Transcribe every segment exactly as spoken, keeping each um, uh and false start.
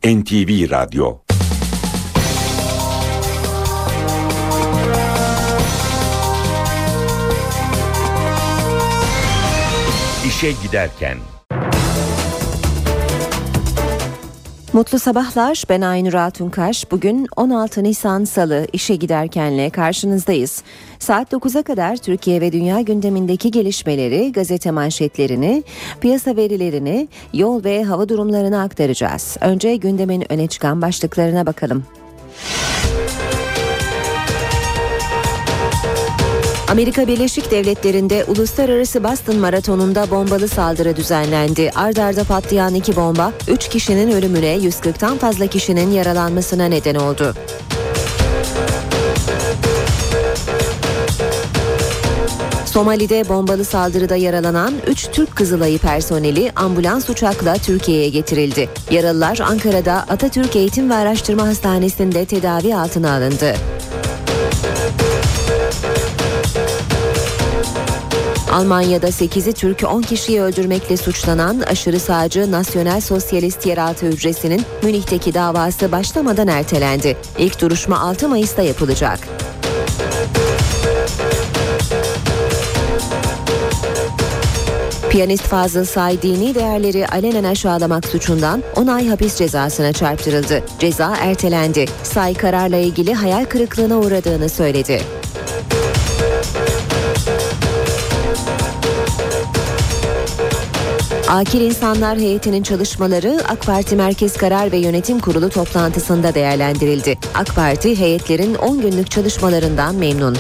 N T V Radyo. İşe giderken. Mutlu sabahlar, ben Aynur Altunkaş. Bugün on altı Nisan Salı, işe giderkenle karşınızdayız. Saat dokuza kadar Türkiye ve dünya gündemindeki gelişmeleri, gazete manşetlerini, piyasa verilerini, yol ve hava durumlarını aktaracağız. Önce gündemin öne çıkan başlıklarına bakalım. Amerika Birleşik Devletleri'nde Uluslararası Boston Maratonu'nda bombalı saldırı düzenlendi. Ard arda patlayan iki bomba, üç kişinin ölümüne, yüz kırktan fazla kişinin yaralanmasına neden oldu. Somali'de bombalı saldırıda yaralanan üç Türk Kızılayı personeli ambulans uçakla Türkiye'ye getirildi. Yaralılar Ankara'da Atatürk Eğitim ve Araştırma Hastanesi'nde tedavi altına alındı. Almanya'da sekizi Türk on kişiyi öldürmekle suçlanan aşırı sağcı Nasyonel Sosyalist Yeraltı Hücresi'nin Münih'teki davası başlamadan ertelendi. İlk duruşma altı Mayıs'ta yapılacak. Piyanist Fazıl Say dini değerleri alenen aşağılamak suçundan on ay hapis cezasına çarptırıldı. Ceza ertelendi. Say kararla ilgili hayal kırıklığına uğradığını söyledi. Akil İnsanlar Heyeti'nin çalışmaları AK Parti Merkez Karar ve Yönetim Kurulu toplantısında değerlendirildi. AK Parti heyetlerin on günlük çalışmalarından memnun.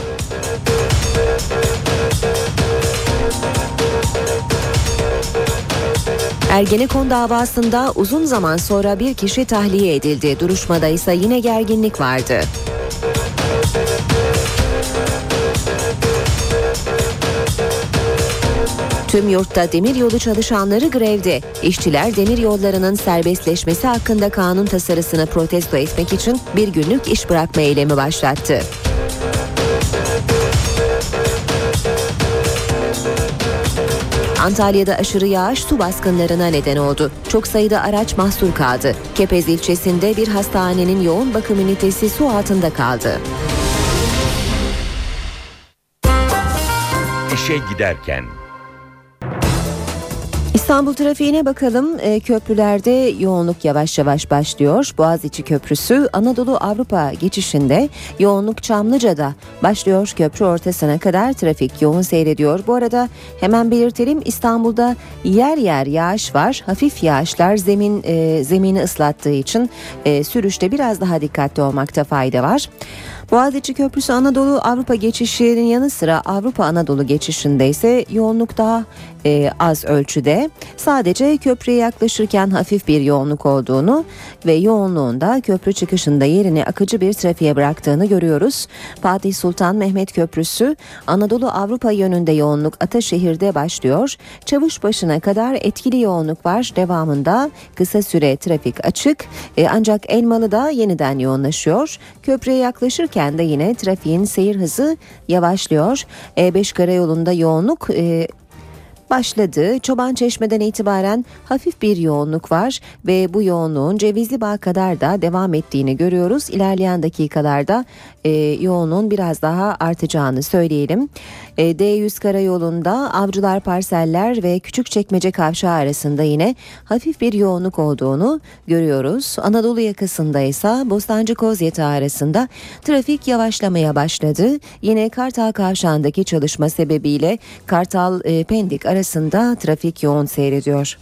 Ergenekon davasında uzun zaman sonra bir kişi tahliye edildi. Duruşmada ise yine gerginlik vardı. Tüm yurtta demiryolu çalışanları grevde. İşçiler demiryollarının serbestleşmesi hakkında kanun tasarısını protesto etmek için bir günlük iş bırakma eylemi başlattı. Antalya'da aşırı yağış su baskınlarına neden oldu. Çok sayıda araç mahsur kaldı. Kepez ilçesinde bir hastanenin yoğun bakım ünitesi su altında kaldı. İşe giderken. İstanbul trafiğine bakalım. E, köprülerde yoğunluk yavaş yavaş başlıyor. Boğaziçi Köprüsü Anadolu Avrupa geçişinde yoğunluk Çamlıca'da başlıyor. Köprü ortasına kadar trafik yoğun seyrediyor. Bu arada hemen belirtelim, İstanbul'da yer yer yağış var. Hafif yağışlar zemin e, zemini ıslattığı için e, sürüşte biraz daha dikkatli olmakta fayda var. Boğaziçi Köprüsü Anadolu Avrupa geçişinin yanı sıra Avrupa Anadolu geçişinde ise yoğunluk daha e, az ölçüde. Sadece köprüye yaklaşırken hafif bir yoğunluk olduğunu ve yoğunluğunda köprü çıkışında yerini akıcı bir trafiğe bıraktığını görüyoruz. Fatih Sultan Mehmet Köprüsü Anadolu Avrupa yönünde yoğunluk Ataşehir'de başlıyor. Çavuşbaşı'na kadar etkili yoğunluk var. Devamında kısa süre trafik açık. E, ancak Elmalı'da yeniden yoğunlaşıyor. Köprüye yaklaşırken de yine trafiğin seyir hızı yavaşlıyor. E beş karayolunda yoğunluk e, başladı. Çobançeşme'den itibaren hafif bir yoğunluk var ve bu yoğunluğun Cevizlibağ kadar da devam ettiğini görüyoruz. İlerleyen dakikalarda e, yoğunluğun biraz daha artacağını söyleyelim. E, D yüz karayolunda Avcılar Parseller ve Küçükçekmece Kavşağı arasında yine hafif bir yoğunluk olduğunu görüyoruz. Anadolu yakasında ise Bostancı Kozyatağı arasında trafik yavaşlamaya başladı. Yine Kartal Kavşağı'ndaki çalışma sebebiyle Kartal e, Pendik arasında trafik yoğun seyrediyor.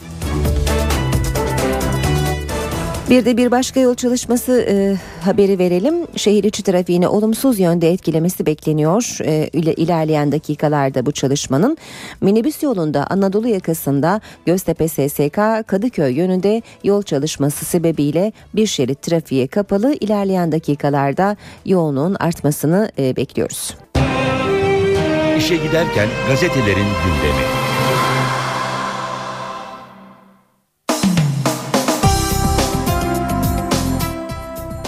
Bir de bir başka yol çalışması e, haberi verelim. Şehir içi trafiğini olumsuz yönde etkilemesi bekleniyor. E, ilerleyen dakikalarda bu çalışmanın. Minibüs yolunda Anadolu yakasında Göztepe S S K Kadıköy yönünde yol çalışması sebebiyle bir şerit trafiğe kapalı. İlerleyen dakikalarda yoğunluğun artmasını e, bekliyoruz. İşe giderken gazetelerin gündemi.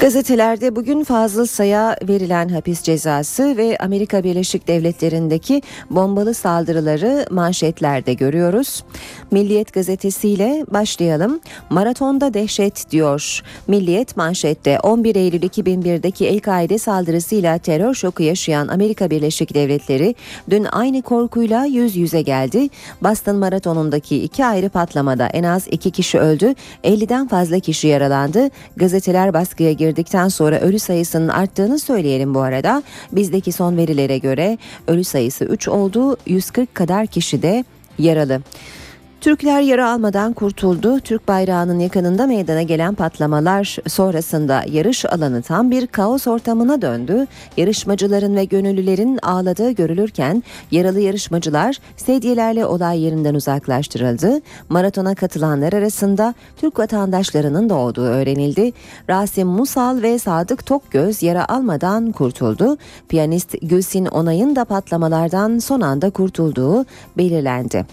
Gazetelerde bugün Fazıl Say'a verilen hapis cezası ve Amerika Birleşik Devletleri'ndeki bombalı saldırıları manşetlerde görüyoruz. Milliyet gazetesiyle başlayalım. Maratonda dehşet diyor. Milliyet manşette on bir Eylül iki bin birdeki El-Kaide saldırısıyla terör şoku yaşayan Amerika Birleşik Devletleri dün aynı korkuyla yüz yüze geldi. Boston Maratonu'ndaki iki ayrı patlamada en az iki kişi öldü, elliden fazla kişi yaralandı. Gazeteler baskıya girdikten sonra ölü sayısının arttığını söyleyelim bu arada. Bizdeki son verilere göre ölü sayısı üç oldu, yüz kırk kadar kişi de yaralı. Türkler yara almadan kurtuldu. Türk bayrağının yakınında meydana gelen patlamalar sonrasında yarış alanı tam bir kaos ortamına döndü. Yarışmacıların ve gönüllülerin ağladığı görülürken yaralı yarışmacılar sedyelerle olay yerinden uzaklaştırıldı. Maratona katılanlar arasında Türk vatandaşlarının da olduğu öğrenildi. Rasim Musal ve Sadık Tokgöz yara almadan kurtuldu. Piyanist Gülsin Onay'ın da patlamalardan son anda kurtulduğu belirlendi.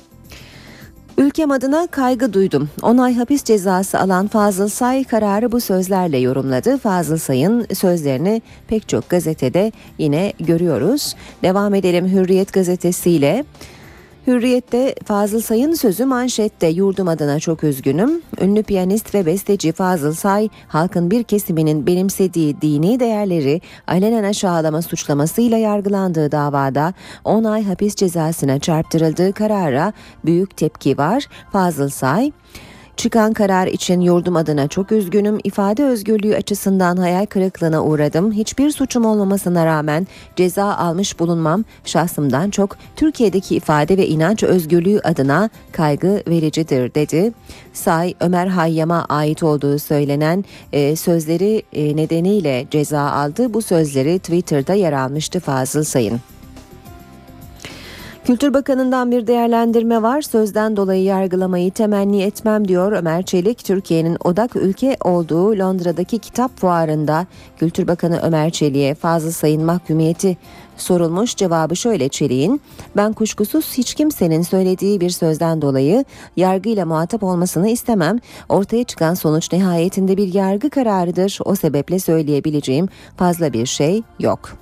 Ülkem adına kaygı duydum. on ay hapis cezası alan Fazıl Say kararı bu sözlerle yorumladı. Fazıl Say'ın sözlerini pek çok gazetede yine görüyoruz. Devam edelim Hürriyet gazetesiyle. Hürriyet'te Fazıl Say'ın sözü manşette. Yurdum adına çok üzgünüm. Ünlü piyanist ve besteci Fazıl Say, halkın bir kesiminin benimsediği dini değerleri alenen aşağılama suçlamasıyla yargılandığı davada on ay hapis cezasına çarptırıldığı karara büyük tepki var. Fazıl Say, çıkan karar için yurdum adına çok üzgünüm. İfade özgürlüğü açısından hayal kırıklığına uğradım. Hiçbir suçum olmamasına rağmen ceza almış bulunmam şahsımdan çok Türkiye'deki ifade ve inanç özgürlüğü adına kaygı vericidir dedi. Say, Ömer Hayyam'a ait olduğu söylenen e, sözleri e, nedeniyle ceza aldı. Bu sözleri Twitter'da yer almıştı Fazıl Say'ın. Kültür Bakanı'ndan bir değerlendirme var. Sözden dolayı yargılamayı temenni etmem diyor Ömer Çelik. Türkiye'nin odak ülke olduğu Londra'daki kitap fuarında Kültür Bakanı Ömer Çelik'e Fazıl Say'ın mahkumiyeti sorulmuş. Cevabı şöyle Çelik'in: ben kuşkusuz hiç kimsenin söylediği bir sözden dolayı yargıyla muhatap olmasını istemem. Ortaya çıkan sonuç nihayetinde bir yargı kararıdır. O sebeple söyleyebileceğim fazla bir şey yok.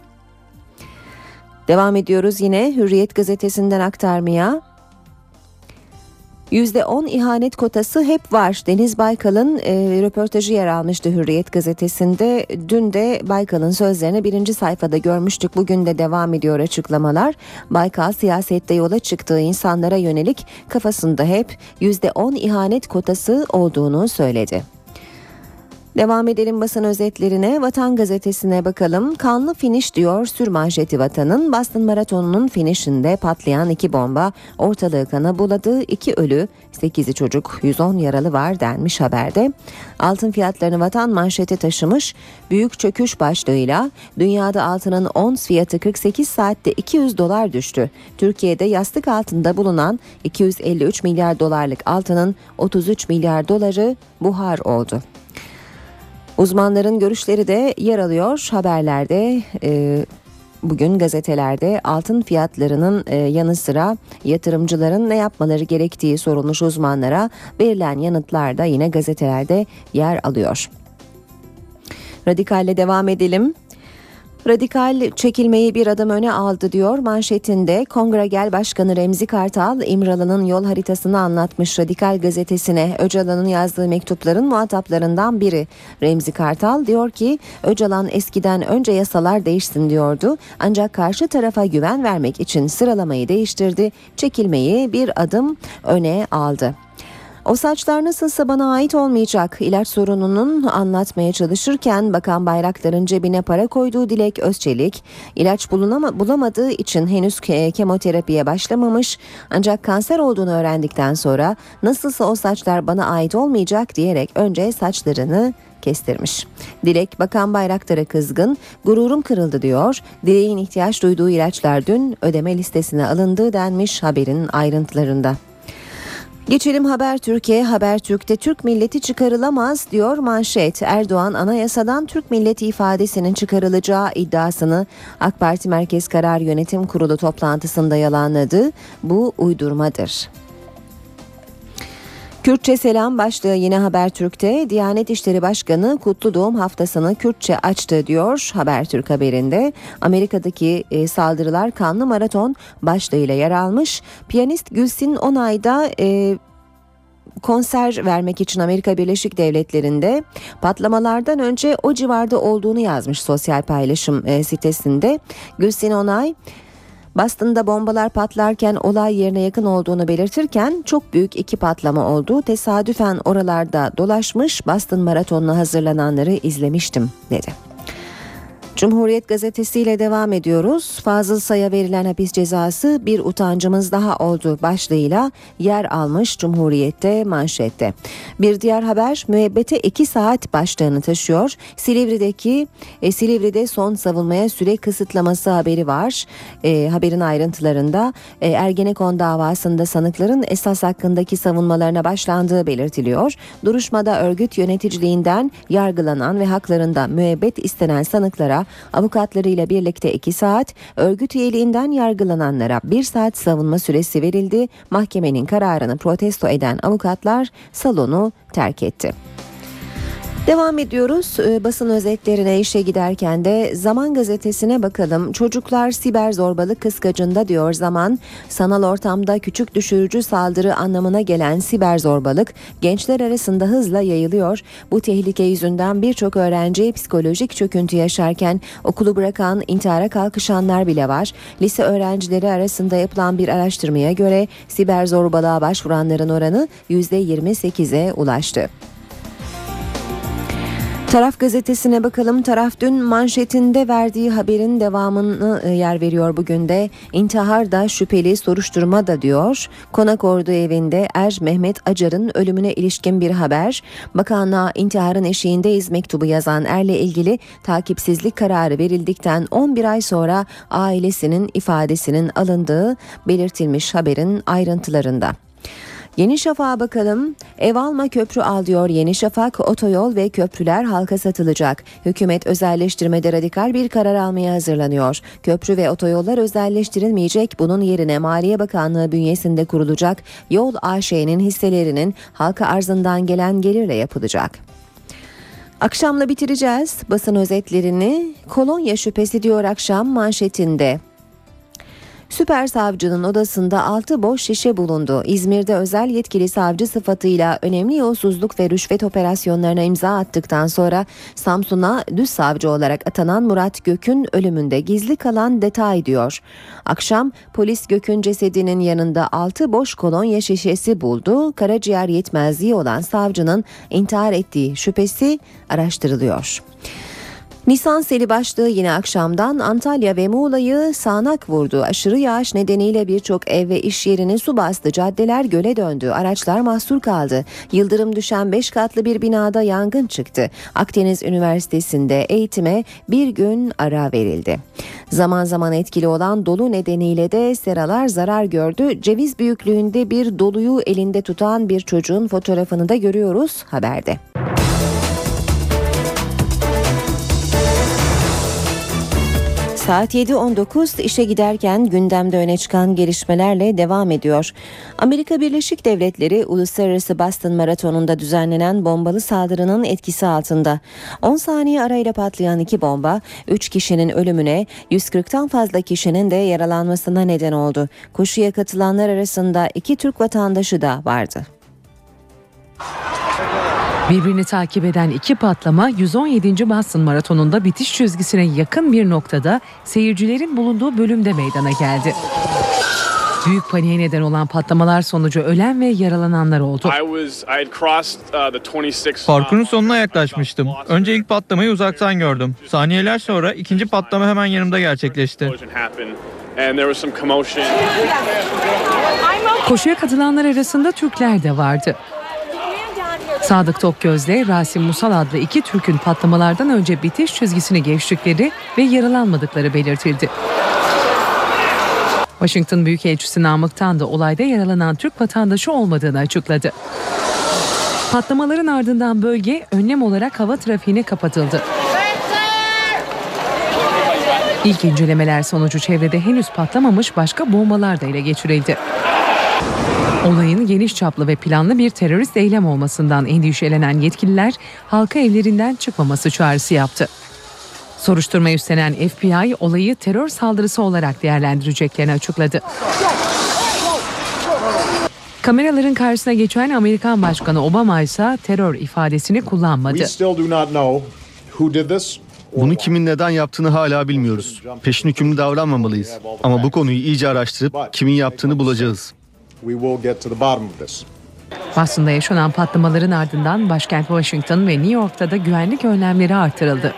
Devam ediyoruz yine Hürriyet gazetesinden aktarmaya. yüzde on ihanet kotası hep var. Deniz Baykal'ın e, röportajı yer almıştı Hürriyet gazetesinde. Dün de Baykal'ın sözlerini birinci sayfada görmüştük. Bugün de devam ediyor açıklamalar. Baykal siyasette yola çıktığı insanlara yönelik kafasında hep yüzde on ihanet kotası olduğunu söyledi. Devam edelim basın özetlerine. Vatan gazetesine bakalım. Kanlı finiş diyor sürmanşeti Vatan'ın. Boston Maratonu'nun finişinde patlayan iki bomba ortalığı kana buladı. İki ölü, sekizi çocuk, yüz on yaralı var denmiş haberde. Altın fiyatlarını Vatan manşete taşımış. Büyük çöküş başlığıyla dünyada altının ons fiyatı kırk sekiz saatte iki yüz dolar düştü. Türkiye'de yastık altında bulunan iki yüz elli üç milyar dolarlık altının otuz üç milyar doları buhar oldu. Uzmanların görüşleri de yer alıyor haberlerde. E, bugün gazetelerde altın fiyatlarının e, yanı sıra yatırımcıların ne yapmaları gerektiği sorulmuş uzmanlara verilen yanıtlar da yine gazetelerde yer alıyor. Radikalle devam edelim. Radikal çekilmeyi bir adım öne aldı diyor manşetinde. Kongregel Başkanı Remzi Kartal İmralı'nın yol haritasını anlatmış Radikal gazetesine. Öcalan'ın yazdığı mektupların muhataplarından biri. Remzi Kartal diyor ki Öcalan eskiden önce yasalar değişsin diyordu. Ancak karşı tarafa güven vermek için sıralamayı değiştirdi. Çekilmeyi bir adım öne aldı. O saçlar nasılsa bana ait olmayacak. İlaç sorununun anlatmaya çalışırken Bakan Bayraktar'ın cebine para koyduğu Dilek Özçelik, ilaç bulunama, bulamadığı için henüz ke- kemoterapiye başlamamış, ancak kanser olduğunu öğrendikten sonra nasılsa o saçlar bana ait olmayacak diyerek önce saçlarını kestirmiş. Dilek, Bakan Bayraktar'a kızgın, gururum kırıldı diyor. Dilek'in ihtiyaç duyduğu ilaçlar dün ödeme listesine alındı denmiş haberin ayrıntılarında. Geçelim Habertürk'e. Habertürk'te Türk milleti çıkarılamaz diyor manşet. Erdoğan anayasadan Türk milleti ifadesinin çıkarılacağı iddiasını AK Parti Merkez Karar Yönetim Kurulu toplantısında yalanladı. Bu uydurmadır. Kürtçe selam başlığı yine Habertürk'te. Diyanet İşleri Başkanı Kutlu Doğum haftasını Kürtçe açtı diyor Habertürk haberinde. Amerika'daki e, saldırılar kanlı maraton başlığıyla yer almış. Piyanist Gülsin Onay'da e, konser vermek için Amerika Birleşik Devletleri'nde patlamalardan önce o civarda olduğunu yazmış sosyal paylaşım e, sitesinde. Gülsin Onay, Boston'da bombalar patlarken olay yerine yakın olduğunu belirtirken çok büyük iki patlama oldu. Tesadüfen oralarda dolaşmış, Boston Maratonu'na hazırlananları izlemiştim dedi. Cumhuriyet gazetesiyle devam ediyoruz. Fazıl Say'a verilen hapis cezası bir utancımız daha oldu başlığıyla yer almış Cumhuriyet'te manşette. Bir diğer haber müebbete iki saat başlığını taşıyor. Silivri'deki e, Silivri'de son savunmaya süre kısıtlaması haberi var. E, haberin ayrıntılarında e, Ergenekon davasında sanıkların esas hakkındaki savunmalarına başlandığı belirtiliyor. Duruşmada örgüt yöneticiliğinden yargılanan ve haklarında müebbet istenen sanıklara avukatlarıyla birlikte iki saat, örgüt üyeliğinden yargılananlara bir saat savunma süresi verildi. Mahkemenin kararını protesto eden avukatlar salonu terk etti. Devam ediyoruz. Basın özetlerine işe giderken de Zaman gazetesine bakalım. Çocuklar siber zorbalık kıskacında diyor Zaman. Sanal ortamda küçük düşürücü saldırı anlamına gelen siber zorbalık gençler arasında hızla yayılıyor. Bu tehlike yüzünden birçok öğrenci psikolojik çöküntü yaşarken okulu bırakan, intihara kalkışanlar bile var. Lise öğrencileri arasında yapılan bir araştırmaya göre siber zorbalığa başvuranların oranı yüzde yirmi sekize ulaştı. Taraf gazetesine bakalım. Taraf dün manşetinde verdiği haberin devamını yer veriyor bugün de. İntihar da şüpheli, soruşturma da diyor. Konakordu evinde Er Mehmet Acar'ın ölümüne ilişkin bir haber. Bakanlığa intiharın eşiğindeyiz mektubu yazan erle ilgili takipsizlik kararı verildikten on bir ay sonra ailesinin ifadesinin alındığı belirtilmiş haberin ayrıntılarında. Yeni Şafak'a bakalım. Ev alma köprü al diyor Yeni Şafak. Otoyol ve köprüler halka satılacak. Hükümet özelleştirmede radikal bir karar almaya hazırlanıyor. Köprü ve otoyollar özelleştirilmeyecek. Bunun yerine Maliye Bakanlığı bünyesinde kurulacak Yol A Ş'nin hisselerinin halka arzından gelen gelirle yapılacak. Akşamla bitireceğiz basın özetlerini. Kolonya şüphesi diyor akşam manşetinde. Süper savcının odasında altı boş şişe bulundu. İzmir'de özel yetkili savcı sıfatıyla önemli yolsuzluk ve rüşvet operasyonlarına imza attıktan sonra Samsun'a düz savcı olarak atanan Murat Gök'ün ölümünde gizli kalan detay diyor. Akşam polis Gök'ün cesedinin yanında altı boş kolonya şişesi buldu. Karaciğer yetmezliği olan savcının intihar ettiği şüphesi araştırılıyor. Nisan seli başlığı yine akşamdan. Antalya ve Muğla'yı sağanak vurdu. Aşırı yağış nedeniyle birçok ev ve iş yerini su bastı. Caddeler göle döndü. Araçlar mahsur kaldı. Yıldırım düşen beş katlı bir binada yangın çıktı. Akdeniz Üniversitesi'nde eğitime bir gün ara verildi. Zaman zaman etkili olan dolu nedeniyle de seralar zarar gördü. Ceviz büyüklüğünde bir doluyu elinde tutan bir çocuğun fotoğrafını da görüyoruz haberde. Saat yedi on dokuz işe giderken gündemde öne çıkan gelişmelerle devam ediyor. Amerika Birleşik Devletleri Uluslararası Boston Maratonu'nda düzenlenen bombalı saldırının etkisi altında. on saniye arayla patlayan iki bomba üç kişinin ölümüne, yüz kırktan fazla kişinin de yaralanmasına neden oldu. Koşuya katılanlar arasında iki Türk vatandaşı da vardı. Birbirini takip eden iki patlama yüz on yedinci Boston Maratonu'nda bitiş çizgisine yakın bir noktada seyircilerin bulunduğu bölümde meydana geldi. Büyük paniğe neden olan patlamalar sonucu ölen ve yaralananlar oldu. Parkurun sonuna yaklaşmıştım. Önce ilk patlamayı uzaktan gördüm. Saniyeler sonra ikinci patlama hemen yanımda gerçekleşti. Koşuya katılanlar arasında Türkler de vardı. Sadık Tokgöz'le Rasim Musal adlı iki Türk'ün patlamalardan önce bitiş çizgisini geçtikleri ve yaralanmadıkları belirtildi. Washington Büyükelçisi Namık Tan da olayda yaralanan Türk vatandaşı olmadığını açıkladı. Patlamaların ardından bölge önlem olarak hava trafiğine kapatıldı. İlk incelemeler sonucu çevrede henüz patlamamış başka bombalar da ele geçirildi. Olayın geniş çaplı ve planlı bir terörist eylem olmasından endişelenen yetkililer halka evlerinden çıkmaması çağrısı yaptı. Soruşturma üstlenen F B I olayı terör saldırısı olarak değerlendireceklerini açıkladı. Kameraların karşısına geçen Amerikan Başkanı Obama ise terör ifadesini kullanmadı. Bunu kimin neden yaptığını hala bilmiyoruz. Peşin hükümlü davranmamalıyız. Ama bu konuyu iyice araştırıp kimin yaptığını bulacağız. Boston'da yaşanan patlamaların ardından başkent Washington ve New York'ta da güvenlik önlemleri artırıldı.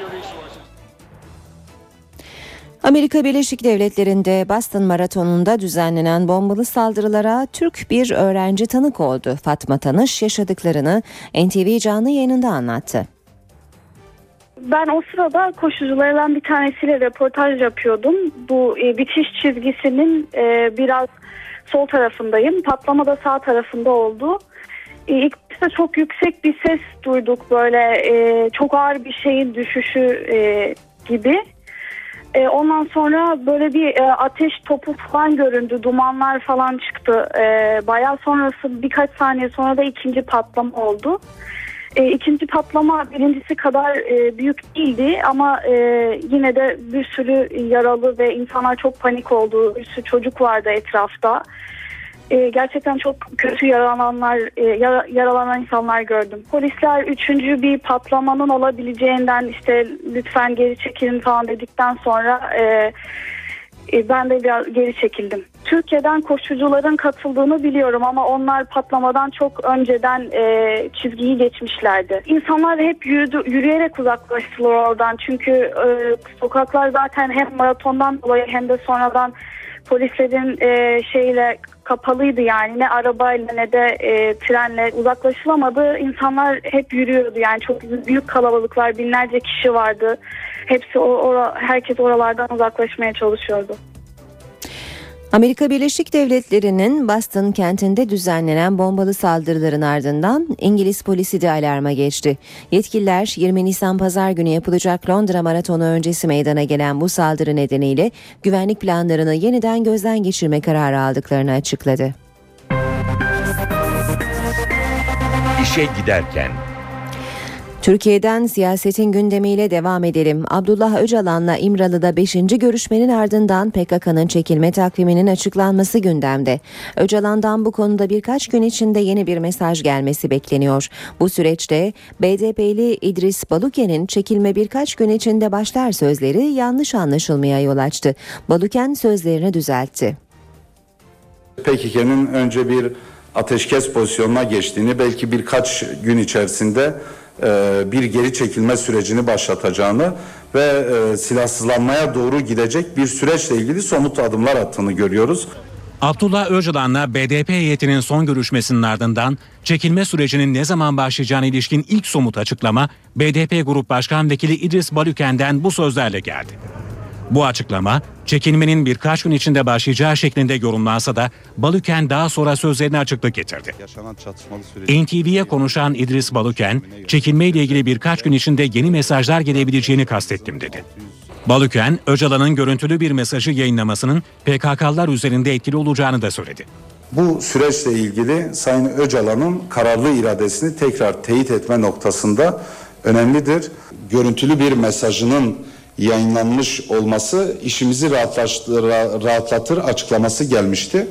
Amerika Birleşik Devletleri'nde Boston Maratonu'nda düzenlenen bombalı saldırılara Türk bir öğrenci tanık oldu. Fatma Tanış yaşadıklarını N T V canlı yayınında anlattı. Ben o sırada koşuculardan bir tanesiyle röportaj yapıyordum. Bu e, bitiş çizgisinin e, biraz sol tarafındayım. Patlama da sağ tarafında oldu. E, ilk başta çok yüksek bir ses duyduk, böyle e, çok ağır bir şeyin düşüşü e, gibi. E, ondan sonra böyle bir e, ateş topu falan göründü, dumanlar falan çıktı. E, bayağı sonrası birkaç saniye sonra da ikinci patlama oldu. E, ikinci patlama birincisi kadar e, büyük değildi ama e, yine de bir sürü yaralı ve insanlar çok panik oldu. Bir sürü çocuk vardı etrafta. E, gerçekten çok kötü yaralananlar, e, yara, yaralanan insanlar gördüm. Polisler üçüncü bir patlamanın olabileceğinden işte lütfen geri çekilin falan dedikten sonra e, e, ben de biraz geri çekildim. Türkiye'den koşucuların katıldığını biliyorum ama onlar patlamadan çok önceden e, çizgiyi geçmişlerdi. İnsanlar hep yürüdü, yürüyerek uzaklaştılar oradan çünkü e, sokaklar zaten hem maratondan dolayı hem de sonradan polislerin e, şeyle kapalıydı, yani ne arabayla ne de e, trenle uzaklaşılamadı. İnsanlar hep yürüyordu, yani çok büyük kalabalıklar, binlerce kişi vardı. Hepsi o, ora, herkes oralardan uzaklaşmaya çalışıyordu. Amerika Birleşik Devletleri'nin Boston kentinde düzenlenen bombalı saldırıların ardından İngiliz polisi de alarma geçti. Yetkililer yirmi Nisan Pazar günü yapılacak Londra Maratonu öncesi meydana gelen bu saldırı nedeniyle güvenlik planlarını yeniden gözden geçirme kararı aldıklarını açıkladı. İşe giderken. Türkiye'den siyasetin gündemiyle devam edelim. Abdullah Öcalan'la İmralı'da beşinci görüşmenin ardından P K K'nın çekilme takviminin açıklanması gündemde. Öcalan'dan bu konuda birkaç gün içinde yeni bir mesaj gelmesi bekleniyor. Bu süreçte B D P'li İdris Baluken'in çekilme birkaç gün içinde başlar sözleri yanlış anlaşılmaya yol açtı. Baluken sözlerini düzeltti. P K K'nın önce bir ateşkes pozisyonuna geçtiğini, belki birkaç gün içerisinde bir geri çekilme sürecini başlatacağını ve silahsızlanmaya doğru gidecek bir süreçle ilgili somut adımlar attığını görüyoruz. Abdullah Öcalan'la B D P heyetinin son görüşmesinin ardından çekilme sürecinin ne zaman başlayacağına ilişkin ilk somut açıklama B D P Grup Başkan Vekili İdris Baluken'den bu sözlerle geldi. Bu açıklama çekilmenin birkaç gün içinde başlayacağı şeklinde yorumlansa da Baluken daha sonra sözlerine açıklık getirdi. N T V'ye konuşan İdris Baluken, çekilmeyle ilgili birkaç gün içinde yeni mesajlar gelebileceğini kastettim dedi. Baluken, Öcalan'ın görüntülü bir mesajı yayınlamasının P K K'lılar üzerinde etkili olacağını da söyledi. Bu süreçle ilgili Sayın Öcalan'ın kararlı iradesini tekrar teyit etme noktasında önemlidir. Görüntülü bir mesajının yayınlanmış olması işimizi rahatlatır açıklaması gelmişti.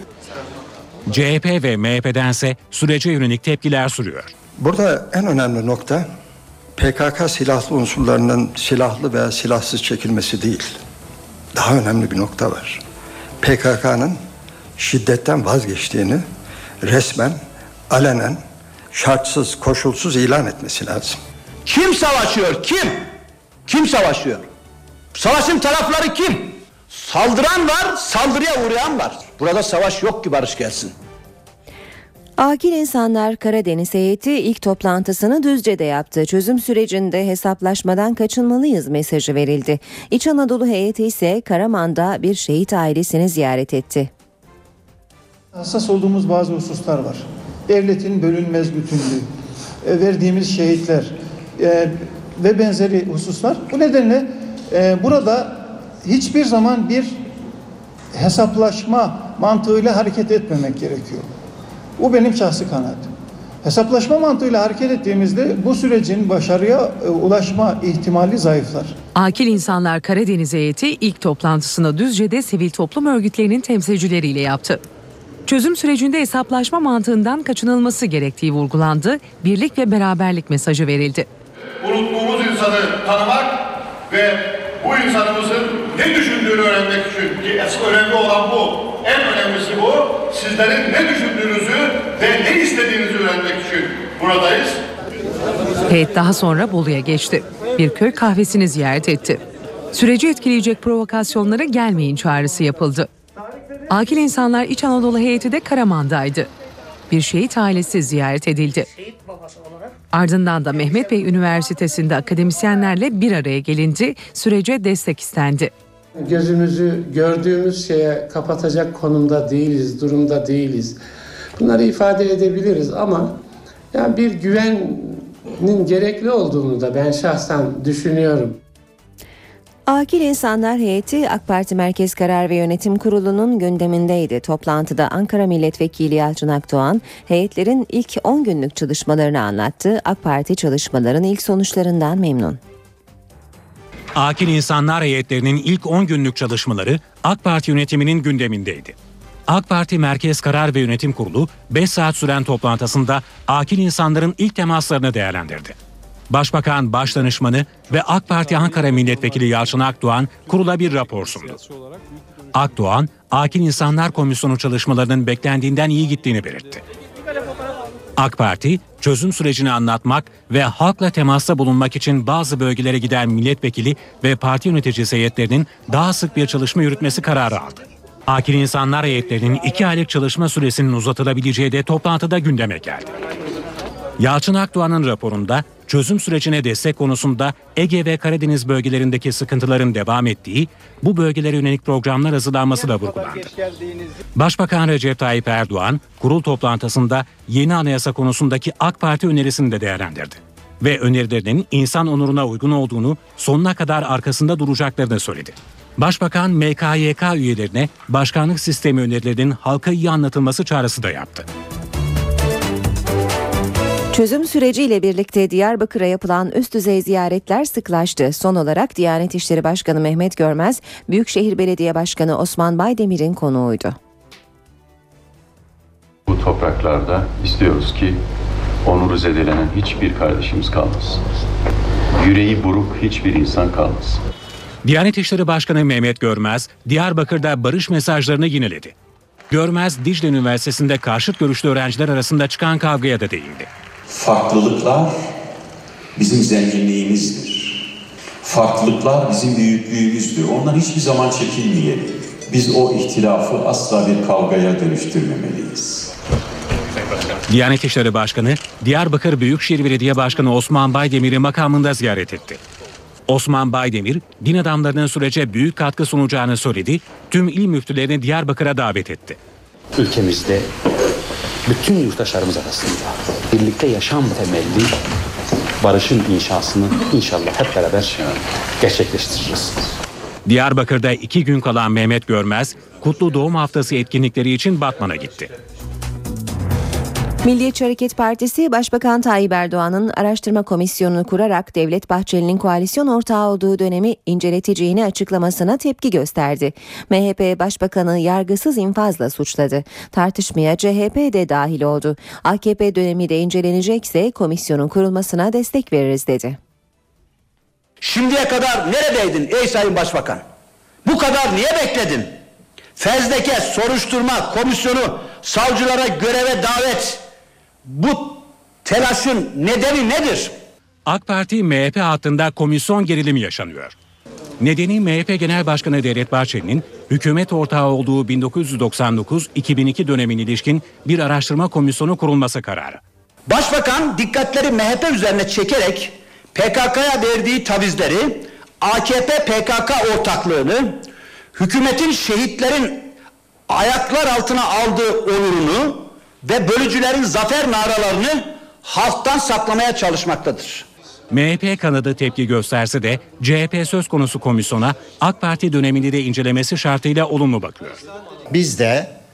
C H P ve M H P'dense sürece yönelik tepkiler sürüyor. Burada en önemli nokta P K K silahlı unsurlarının silahlı veya silahsız çekilmesi değil. Daha önemli bir nokta var. P K K'nın şiddetten vazgeçtiğini resmen, alenen, şartsız, koşulsuz ilan etmesi lazım. Kim savaşıyor? Kim? Kim savaşıyor? Savaşın tarafları kim? Saldıran var, saldırıya uğrayan var. Burada savaş yok ki barış gelsin. Akil İnsanlar Karadeniz heyeti ilk toplantısını Düzce'de yaptı. Çözüm sürecinde hesaplaşmadan kaçınmalıyız mesajı verildi. İç Anadolu heyeti ise Karaman'da bir şehit ailesini ziyaret etti. Hassas olduğumuz bazı hususlar var. Devletin bölünmez bütünlüğü, verdiğimiz şehitler e, ve benzeri hususlar. Bu nedenle e, burada hiçbir zaman bir hesaplaşma mantığıyla hareket etmemek gerekiyor. Bu benim şahsi kanaatim. Hesaplaşma mantığıyla hareket ettiğimizde bu sürecin başarıya e, ulaşma ihtimali zayıflar. Akil İnsanlar Karadeniz heyeti ilk toplantısını Düzce'de sivil toplum örgütlerinin temsilcileriyle yaptı. Çözüm sürecinde hesaplaşma mantığından kaçınılması gerektiği vurgulandı, birlik ve beraberlik mesajı verildi. Unuttuğumuz insanı tanımak ve bu insanımızın ne düşündüğünü öğrenmek için, ki önemli olan bu, en önemlisi bu, sizlerin ne düşündüğünüzü ve ne istediğinizi öğrenmek için buradayız. Heyet daha sonra Bolu'ya geçti. Bir köy kahvesini ziyaret etti. Süreci etkileyecek provokasyonlara gelmeyin çağrısı yapıldı. Akil İnsanlar İç Anadolu heyeti de Karaman'daydı. Bir şehit ailesi ziyaret edildi. Ardından da Mehmet Bey Üniversitesi'nde akademisyenlerle bir araya gelindi, sürece destek istendi. Gözümüzü gördüğümüz şeye kapatacak konumda değiliz, durumda değiliz. Bunları ifade edebiliriz ama yani bir güvenin gerekli olduğunu da ben şahsen düşünüyorum. Akil İnsanlar Heyeti AK Parti Merkez Karar ve Yönetim Kurulu'nun gündemindeydi. Toplantıda Ankara Milletvekili Yalçın Akdoğan, heyetlerin ilk on günlük çalışmalarını anlattı. AK Parti çalışmaların ilk sonuçlarından memnun. Akil İnsanlar heyetlerinin ilk on günlük çalışmaları AK Parti yönetiminin gündemindeydi. AK Parti Merkez Karar ve Yönetim Kurulu beş saat süren toplantısında akil insanların ilk temaslarını değerlendirdi. Başbakan Başdanışmanı ve AK Parti Ankara Milletvekili Yalçın Akdoğan kurula bir rapor sundu. Akdoğan, Akil İnsanlar Komisyonu çalışmalarının beklendiğinden iyi gittiğini belirtti. AK Parti, çözüm sürecini anlatmak ve halkla temasta bulunmak için bazı bölgelere giden milletvekili ve parti yöneticisi heyetlerinin daha sık bir çalışma yürütmesi kararı aldı. Akil İnsanlar heyetlerinin iki aylık çalışma süresinin uzatılabileceği de toplantıda gündeme geldi. Yalçın Akdoğan'ın raporunda çözüm sürecine destek konusunda Ege ve Karadeniz bölgelerindeki sıkıntıların devam ettiği, bu bölgelere yönelik programlar hazırlanması da vurgulandı. Başbakan Recep Tayyip Erdoğan, kurul toplantısında yeni anayasa konusundaki AK Parti önerisini de değerlendirdi. Ve önerilerinin insan onuruna uygun olduğunu, sonuna kadar arkasında duracaklarını söyledi. Başbakan M K Y K üyelerine başkanlık sistemi önerilerinin halka iyi anlatılması çağrısı da yaptı. Çözüm süreciyle birlikte Diyarbakır'a yapılan üst düzey ziyaretler sıklaştı. Son olarak Diyanet İşleri Başkanı Mehmet Görmez, Büyükşehir Belediye Başkanı Osman Baydemir'in konuğuydu. Bu topraklarda istiyoruz ki onuru zedelenen hiçbir kardeşimiz kalmasın. Yüreği buruk hiçbir insan kalmasın. Diyanet İşleri Başkanı Mehmet Görmez, Diyarbakır'da barış mesajlarını yineledi. Görmez, Dicle Üniversitesi'nde karşıt görüşlü öğrenciler arasında çıkan kavgaya da değindi. Farklılıklar bizim zenginliğimizdir. Farklılıklar bizim büyüklüğümüzdür. Ondan hiçbir zaman çekinmeyelim. Biz o ihtilafı asla bir kavgaya dönüştürmemeliyiz. Diyanet İşleri Başkanı, Diyarbakır Büyükşehir Belediye Başkanı Osman Baydemir'i makamında ziyaret etti. Osman Baydemir, din adamlarının sürece büyük katkı sunacağını söyledi, tüm il müftülerini Diyarbakır'a davet etti. Ülkemizde bütün yurttaşlarımız arasında birlikte yaşam temelli barışın inşasını inşallah hep beraber gerçekleştireceğiz. Diyarbakır'da iki gün kalan Mehmet Görmez, Kutlu Doğum Haftası etkinlikleri için Batman'a gitti. Milliyetçi Hareket Partisi, Başbakan Tayyip Erdoğan'ın araştırma komisyonunu kurarak Devlet Bahçeli'nin koalisyon ortağı olduğu dönemi inceleteceğini açıklamasına tepki gösterdi. M H P Başbakanı yargısız infazla suçladı. Tartışmaya C H P de dahil oldu. A K P dönemi de incelenecekse komisyonun kurulmasına destek veririz dedi. Şimdiye kadar neredeydin ey Sayın Başbakan? Bu kadar niye bekledin? Fezleke, soruşturma, komisyonu, savcılara göreve davet. Bu telaşın nedeni nedir? AK Parti M H P hattında komisyon gerilimi yaşanıyor. Nedeni M H P Genel Başkanı Devlet Bahçeli'nin hükümet ortağı olduğu bin dokuz yüz doksan dokuz iki bin iki dönemine ilişkin bir araştırma komisyonu kurulması kararı. Başbakan dikkatleri M H P üzerine çekerek P K K'ya verdiği tavizleri, A K P P K K ortaklığını, hükümetin şehitlerin ayaklar altına aldığı onurunu ve bölücülerin zafer naralarını halktan saklamaya çalışmaktadır. M H P kanadı tepki gösterse de C H P söz konusu komisyona AK Parti dönemini de incelemesi şartıyla olumlu bakıyor. Biz de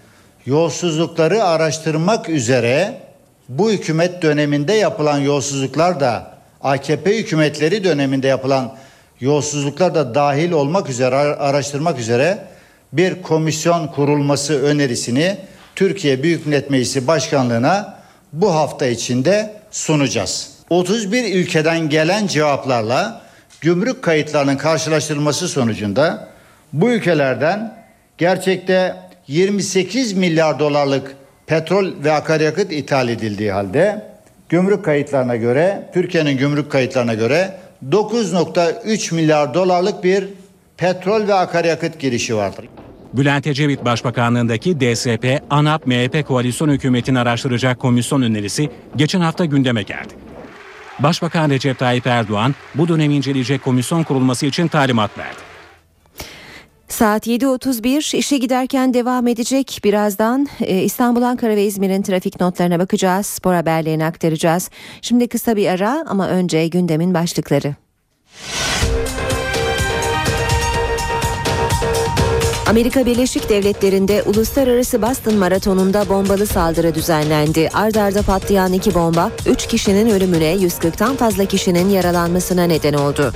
yolsuzlukları araştırmak üzere bu hükümet döneminde yapılan yolsuzluklar da A K P hükümetleri döneminde yapılan yolsuzluklar da dahil olmak üzere araştırmak üzere bir komisyon kurulması önerisini Türkiye Büyük Millet Meclisi Başkanlığı'na bu hafta içinde sunacağız. otuz bir ülkeden gelen cevaplarla gümrük kayıtlarının karşılaştırılması sonucunda bu ülkelerden gerçekte yirmi sekiz milyar dolarlık petrol ve akaryakıt ithal edildiği halde gümrük kayıtlarına göre, Türkiye'nin gümrük kayıtlarına göre dokuz virgül üç milyar dolarlık bir petrol ve akaryakıt girişi vardır. Bülent Ecevit Başbakanlığındaki D S P, ANAP, M H P koalisyon hükümetini araştıracak komisyon önerisi geçen hafta gündeme geldi. Başbakan Recep Tayyip Erdoğan bu dönemi inceleyecek komisyon kurulması için talimat verdi. Saat yedi otuz bir, işe giderken devam edecek. Birazdan e, İstanbul, Ankara ve İzmir'in trafik notlarına bakacağız. Spor haberlerini aktaracağız. Şimdi kısa bir ara ama önce gündemin başlıkları. Amerika Birleşik Devletleri'nde Uluslararası Boston Maratonu'nda bombalı saldırı düzenlendi. Ard arda patlayan iki bomba üç kişinin ölümüne, yüz kırktan fazla kişinin yaralanmasına neden oldu.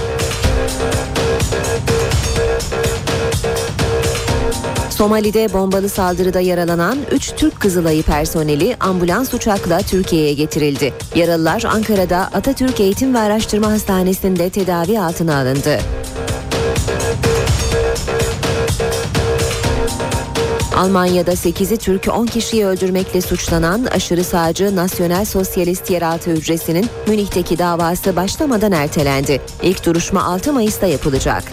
Somali'de bombalı saldırıda yaralanan üç Türk Kızılayı personeli ambulans uçakla Türkiye'ye getirildi. Yaralılar Ankara'da Atatürk Eğitim ve Araştırma Hastanesi'nde tedavi altına alındı. Almanya'da sekizi Türk, on kişiyi öldürmekle suçlanan aşırı sağcı Nasyonel Sosyalist Yeraltı Hücresi'nin Münih'teki davası başlamadan ertelendi. İlk duruşma altı Mayıs'ta yapılacak.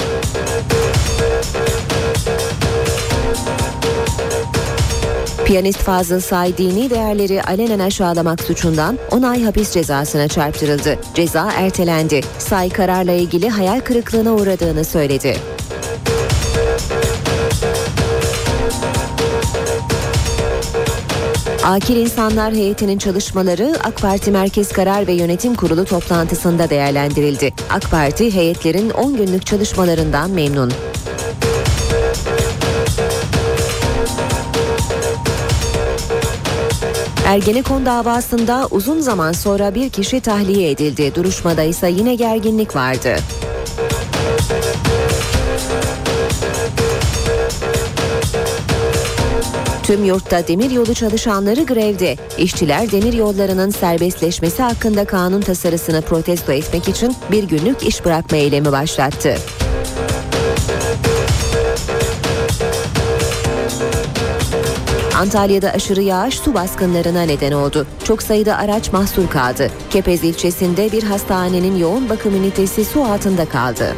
Piyanist Fazıl Say dini değerleri alenen aşağılamak suçundan on ay hapis cezasına çarptırıldı. Ceza ertelendi. Say kararla ilgili hayal kırıklığına uğradığını söyledi. Akil İnsanlar Heyeti'nin çalışmaları AK Parti Merkez Karar ve Yönetim Kurulu toplantısında değerlendirildi. AK Parti heyetlerin on günlük çalışmalarından memnun. Ergenekon davasında uzun zaman sonra bir kişi tahliye edildi. Duruşmada ise yine gerginlik vardı. Tüm yurtta demiryolu çalışanları grevde. İşçiler demiryollarının serbestleşmesi hakkında kanun tasarısını protesto etmek için bir günlük iş bırakma eylemi başlattı. Antalya'da aşırı yağış su baskınlarına neden oldu. Çok sayıda araç mahsur kaldı. Kepez ilçesinde bir hastanenin yoğun bakım ünitesi su altında kaldı.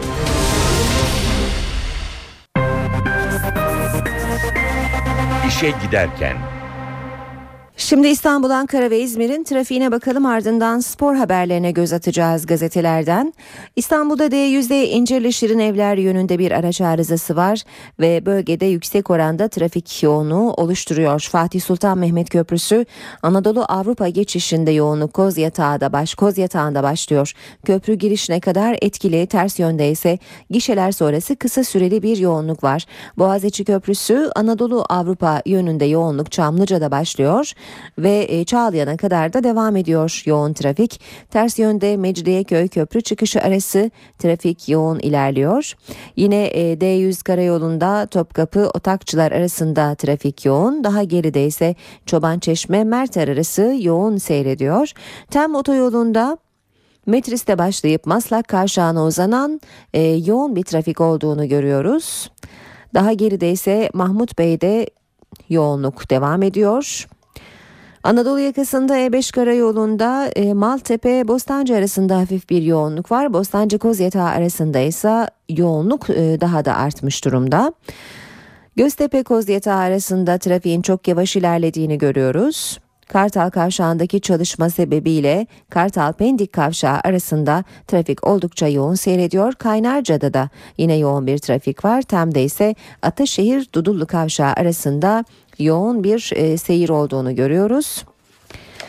İşe giderken. Şimdi İstanbul, Ankara ve İzmir'in trafiğine bakalım, ardından spor haberlerine göz atacağız gazetelerden. İstanbul'da D yüzde İncirli Şirinevler yönünde bir araç arızası var ve bölgede yüksek oranda trafik yoğunluğu oluşturuyor. Fatih Sultan Mehmet Köprüsü Anadolu Avrupa geçişinde yoğunluk Kozyatağı'da baş Kozyatağı'nda başlıyor. Köprü girişine kadar etkili, ters yönde ise gişeler sonrası kısa süreli bir yoğunluk var. Boğaziçi Köprüsü Anadolu Avrupa yönünde yoğunluk Çamlıca'da başlıyor ve Çağlayan'a kadar da devam ediyor yoğun trafik. Ters yönde Mecidiyeköy köprü çıkışı arası trafik yoğun ilerliyor. Yine D yüz karayolunda Topkapı Otakçılar arasında trafik yoğun. Daha geride ise Çobançeşme Merter arası yoğun seyrediyor. Tem otoyolunda Metris'te başlayıp Maslak Kavşağı'na uzanan e, yoğun bir trafik olduğunu görüyoruz. Daha geride ise Mahmut Bey'de yoğunluk devam ediyor. Anadolu yakasında E beş karayolunda e, Maltepe Bostancı arasında hafif bir yoğunluk var. Bostancı Kozyatağı arasında ise yoğunluk e, daha da artmış durumda. Göztepe Kozyatağı arasında trafiğin çok yavaş ilerlediğini görüyoruz. Kartal Kavşağı'ndaki çalışma sebebiyle Kartal Pendik Kavşağı arasında trafik oldukça yoğun seyrediyor. Kaynarca'da da yine yoğun bir trafik var. Tem'de ise Ataşehir Dudullu Kavşağı arasında yoğun bir e, seyir olduğunu görüyoruz.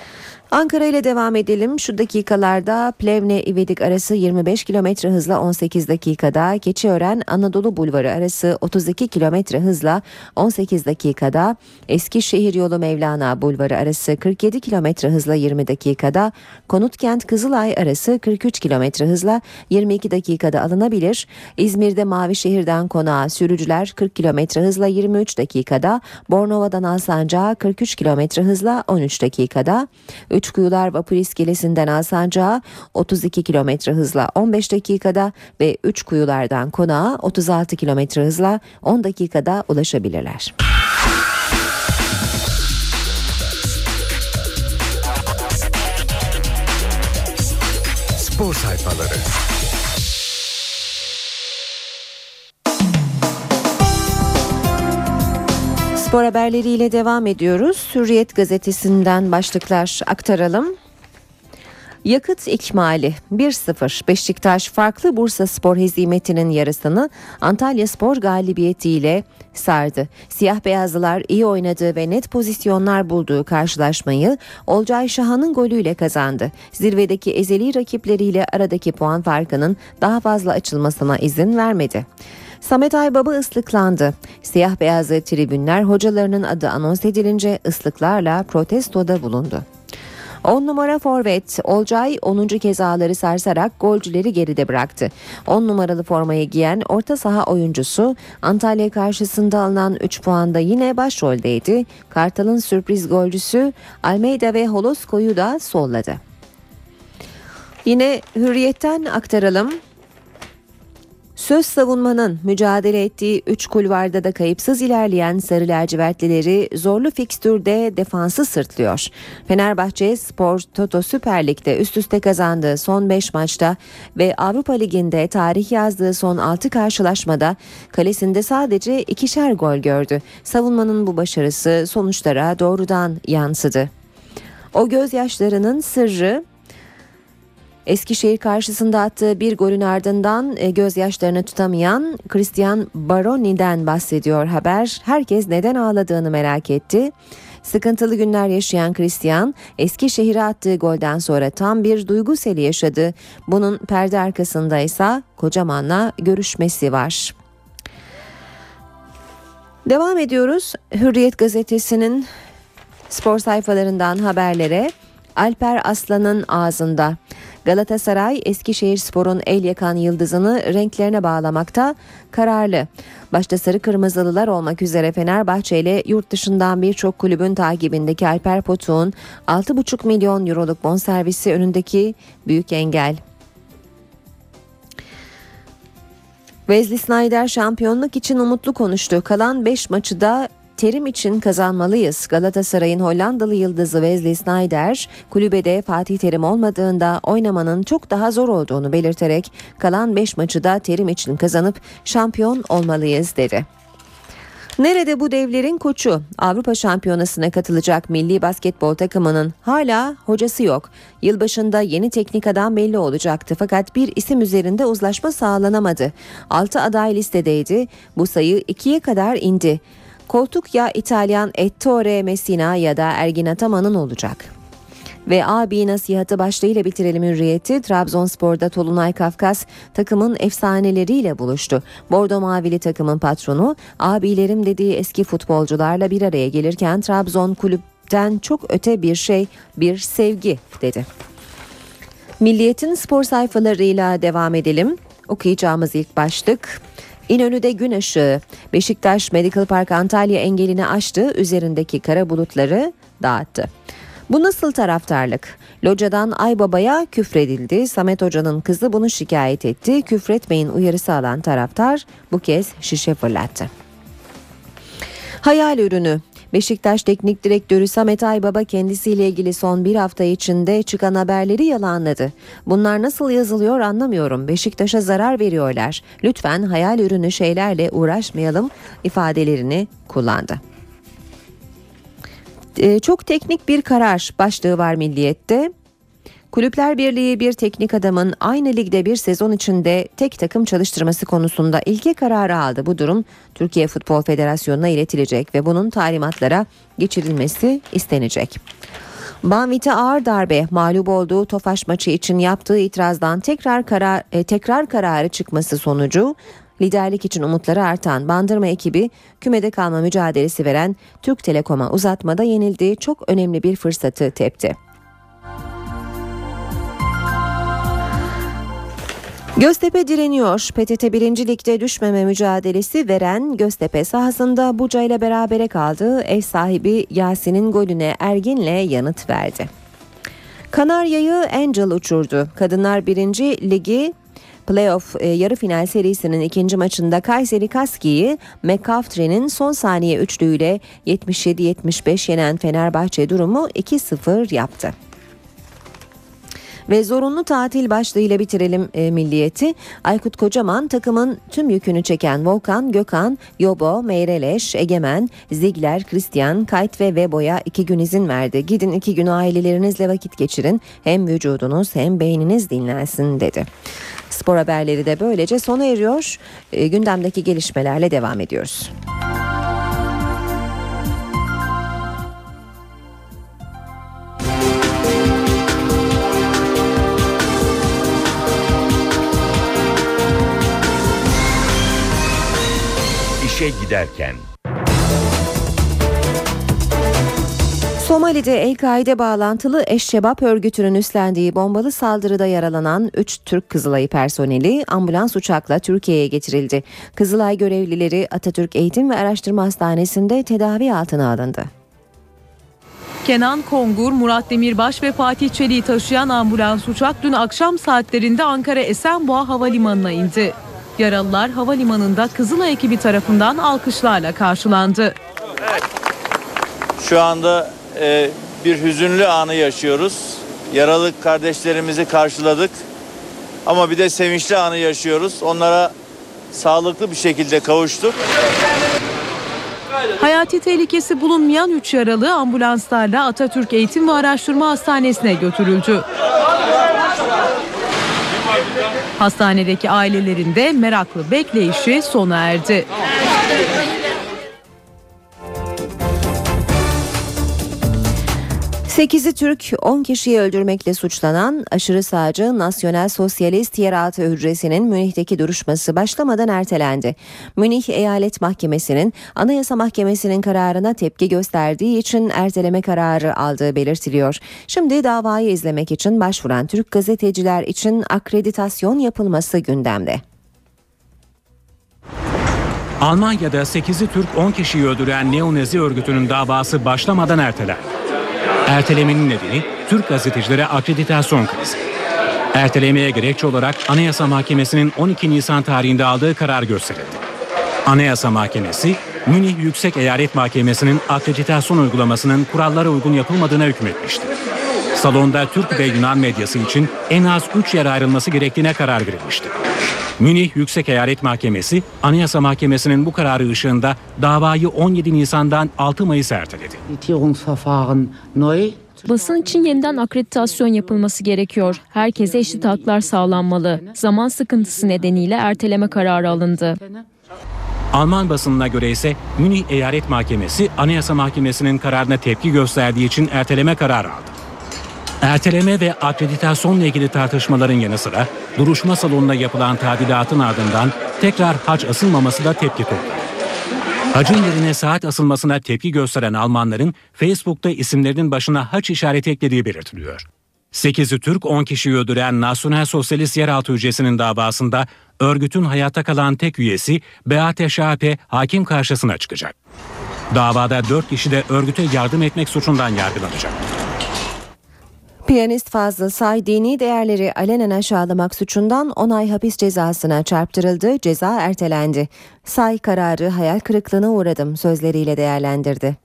Ankara ile devam edelim. Şu dakikalarda Plevne-İvedik arası yirmi beş kilometre hızla on sekiz dakikada, Keçiören Anadolu Bulvarı arası otuz iki kilometre hızla on sekiz dakikada, Eskişehir yolu Mevlana Bulvarı arası kırk yedi kilometre hızla yirmi dakikada, Konutkent Kızılay arası kırk üç kilometre hızla yirmi iki dakikada alınabilir. İzmir'de Mavişehir'den Konağa sürücüler kırk kilometre hızla yirmi üç dakikada, Bornova'dan Alsancak'a kırk üç kilometre hızla on üç dakikada, Üçkuyular Vapur İskelesi'nden Alsancak'a otuz iki kilometre hızla on beş dakikada ve Üçkuyular'dan Konağa otuz altı kilometre hızla on dakikada ulaşabilirler. Spor sayfaları. Spor haberleriyle devam ediyoruz. Hürriyet gazetesinden başlıklar aktaralım. Yakıt ikmali bir sıfır. Beşiktaş farklı Bursaspor hezimetinin yarısını Antalyaspor galibiyetiyle sardı. Siyah beyazlılar iyi oynadığı ve net pozisyonlar bulduğu karşılaşmayı Olcay Şahan'ın golüyle kazandı. Zirvedeki ezeli rakipleriyle aradaki puan farkının daha fazla açılmasına izin vermedi. Samet Aybaba ıslıklandı. Siyah beyazlı tribünler hocalarının adı anons edilince ıslıklarla protestoda bulundu. on numara forvet Olcay onuncu kez ağları sarsarak golcüleri geride bıraktı. on numaralı formayı giyen orta saha oyuncusu Antalya karşısında alınan üç puanda yine başroldeydi. Kartal'ın sürpriz golcüsü Almeida ve Holosko'yu da solladı. Yine Hürriyet'ten aktaralım. Söz savunmanın mücadele ettiği üç kulvarda da kayıpsız ilerleyen Sarı Lacivertlileri zorlu fikstürde defansı sırtlıyor. Fenerbahçe Spor Toto Süper Lig'de üst üste kazandığı son beş maçta ve Avrupa Ligi'nde tarih yazdığı son altı karşılaşmada kalesinde sadece ikişer gol gördü. Savunmanın bu başarısı sonuçlara doğrudan yansıdı. O gözyaşlarının sırrı Eskişehir karşısında attığı bir golün ardından gözyaşlarını tutamayan Christian Baroni'den bahsediyor haber. Herkes neden ağladığını merak etti. Sıkıntılı günler yaşayan Christian, Eskişehir'e attığı golden sonra tam bir duygu seli yaşadı. Bunun perde arkasında ise Kocaman'la görüşmesi var. Devam ediyoruz. Hürriyet gazetesinin spor sayfalarından haberlere. Alper Aslan'ın ağzında. Galatasaray Eskişehirspor'un el yakan yıldızını renklerine bağlamakta kararlı. Başta sarı kırmızılılar olmak üzere Fenerbahçe ile yurt dışından birçok kulübün takibindeki Alper Potuk'un altı buçuk milyon euroluk bonservisi önündeki büyük engel. Wesley Sneijder şampiyonluk için umutlu konuştu. Kalan beş maçı da terim için kazanmalıyız. Galatasaray'ın Hollandalı yıldızı Wesley Sneijder, kulübede Fatih Terim olmadığında oynamanın çok daha zor olduğunu belirterek kalan beş maçı da terim için kazanıp şampiyon olmalıyız dedi. Nerede bu devlerin koçu? Avrupa Şampiyonası'na katılacak milli basketbol takımının hala hocası yok. Yılbaşında yeni teknik adam belli olacaktı fakat bir isim üzerinde uzlaşma sağlanamadı. altı aday listedeydi. Bu sayı ikiye kadar indi. Koltuk ya İtalyan Ettore Messina ya da Ergin Ataman'ın olacak. Ve abi nasihatı başlığıyla bitirelim Hürriyet'i. Trabzonspor'da Tolunay Kafkas takımın efsaneleriyle buluştu. Bordo Mavili takımın patronu abilerim dediği eski futbolcularla bir araya gelirken Trabzon kulüpten çok öte bir şey, bir sevgi dedi. Milliyet'in spor sayfalarıyla devam edelim. Okuyacağımız ilk başlık: İnönü'de gün ışığı. Beşiktaş Medical Park Antalya engelini aştı, üzerindeki kara bulutları dağıttı. Bu nasıl taraftarlık? Locadan Aybaba'ya küfredildi. Samet Hoca'nın kızı bunu şikayet etti. Küfretmeyin uyarısı alan taraftar bu kez şişe fırlattı. Hayal ürünü. Beşiktaş Teknik Direktörü Samet Aybaba kendisiyle ilgili son bir hafta içinde çıkan haberleri yalanladı. Bunlar nasıl yazılıyor anlamıyorum. Beşiktaş'a zarar veriyorlar. Lütfen hayal ürünü şeylerle uğraşmayalım ifadelerini kullandı. Ee, çok teknik bir karar başlığı var Milliyet'te. Kulüpler Birliği bir teknik adamın aynı ligde bir sezon içinde tek takım çalıştırması konusunda ilke kararı aldı. Bu durum Türkiye Futbol Federasyonu'na iletilecek ve bunun talimatlara geçirilmesi istenecek. Banvit'e ağır darbe, mağlup olduğu Tofaş maçı için yaptığı itirazdan tekrar karar e, tekrar kararı çıkması sonucu liderlik için umutları artan Bandırma ekibi kümede kalma mücadelesi veren Türk Telekom'a uzatmada yenildiği çok önemli bir fırsatı tepti. Göztepe direniyor. P T T birinci Lig'de düşmeme mücadelesi veren Göztepe sahasında Buca ile berabere kaldı. Ev sahibi Yasin'in golüne Ergin'le yanıt verdi. Kanarya'yı Angel uçurdu. Kadınlar birinci Ligi Playoff e, yarı final serisinin ikinci maçında Kayseri Kaski'yi McCaftry'nin son saniye üçlüğüyle yetmiş yedi yetmiş beş yenen Fenerbahçe durumu iki sıfır yaptı. Ve zorunlu tatil başlığıyla bitirelim e, Milliyeti. Aykut Kocaman takımın tüm yükünü çeken Volkan, Gökhan, Yobo, Meyreleş, Egemen, Ziegler, Christian, Kayt ve Vebo'ya iki gün izin verdi. Gidin iki gün ailelerinizle vakit geçirin. Hem vücudunuz hem beyniniz dinlensin dedi. Spor haberleri de böylece sona eriyor. E, gündemdeki gelişmelerle devam ediyoruz. İşe giderken. Somali'de El-Kaide bağlantılı Eşşebap örgütünün üstlendiği bombalı saldırıda yaralanan üç Türk Kızılay personeli ambulans uçakla Türkiye'ye getirildi. Kızılay görevlileri Atatürk Eğitim ve Araştırma Hastanesi'nde tedavi altına alındı. Kenan Kongur, Murat Demirbaş ve Fatih Çelik'i taşıyan ambulans uçak dün akşam saatlerinde Ankara Esenboğa Havalimanı'na indi. Yaralılar havalimanında Kızılay ekibi tarafından alkışlarla karşılandı. Evet. Şu anda e, bir hüzünlü anı yaşıyoruz. Yaralı kardeşlerimizi karşıladık. Ama bir de sevinçli anı yaşıyoruz. Onlara sağlıklı bir şekilde kavuştuk. Hayati tehlikesi bulunmayan üç yaralı ambulanslarla Atatürk Eğitim ve Araştırma Hastanesi'ne götürüldü. Hastanedeki ailelerin de meraklı bekleyişi sona erdi. sekizi Türk, on kişiyi öldürmekle suçlanan aşırı sağcı Nasyonel Sosyalist Yeraltı Hücresi'nin Münih'teki duruşması başlamadan ertelendi. Münih Eyalet Mahkemesi'nin Anayasa Mahkemesi'nin kararına tepki gösterdiği için erteleme kararı aldığı belirtiliyor. Şimdi davayı izlemek için başvuran Türk gazeteciler için akreditasyon yapılması gündemde. Almanya'da sekizi Türk on kişiyi öldüren neonazi örgütünün davası başlamadan ertelendi. Ertelemenin nedeni Türk gazetecilere akreditasyon krizi. Ertelemeye gerekçe olarak Anayasa Mahkemesi'nin on iki Nisan tarihinde aldığı karar gösterildi. Anayasa Mahkemesi, Münih Yüksek Eyalet Mahkemesi'nin akreditasyon uygulamasının kurallara uygun yapılmadığına hükmetmişti. Salonda Türk ve Yunan medyası için en az üç yer ayrılması gerektiğine karar verilmişti. Münih Yüksek Eyalet Mahkemesi, Anayasa Mahkemesi'nin bu kararı ışığında davayı on yedi Nisan'dan altı Mayıs'a erteledi. Basın için yeniden akreditasyon yapılması gerekiyor. Herkese eşit haklar sağlanmalı. Zaman sıkıntısı nedeniyle erteleme kararı alındı. Alman basınına göre ise Münih Eyalet Mahkemesi, Anayasa Mahkemesi'nin kararına tepki gösterdiği için erteleme kararı aldı. Erteleme ve akreditasyonla ilgili tartışmaların yanı sıra duruşma salonuna yapılan tadilatın ardından tekrar hac asılmaması da tepki topladı. Hacın yerine saat asılmasına tepki gösteren Almanların Facebook'ta isimlerinin başına haç işareti eklediği belirtiliyor. sekizi Türk on kişiyi öldüren Nasyonel Sosyalist Yeraltı Hücresi'nin davasında örgütün hayatta kalan tek üyesi Beate Şape hakim karşısına çıkacak. Davada dört kişi de örgüte yardım etmek suçundan yargılanacak. Piyanist Fazıl Say dini değerleri alenen aşağılamak suçundan on ay hapis cezasına çarptırıldı, ceza ertelendi. Say kararı hayal kırıklığına uğradım sözleriyle değerlendirdi.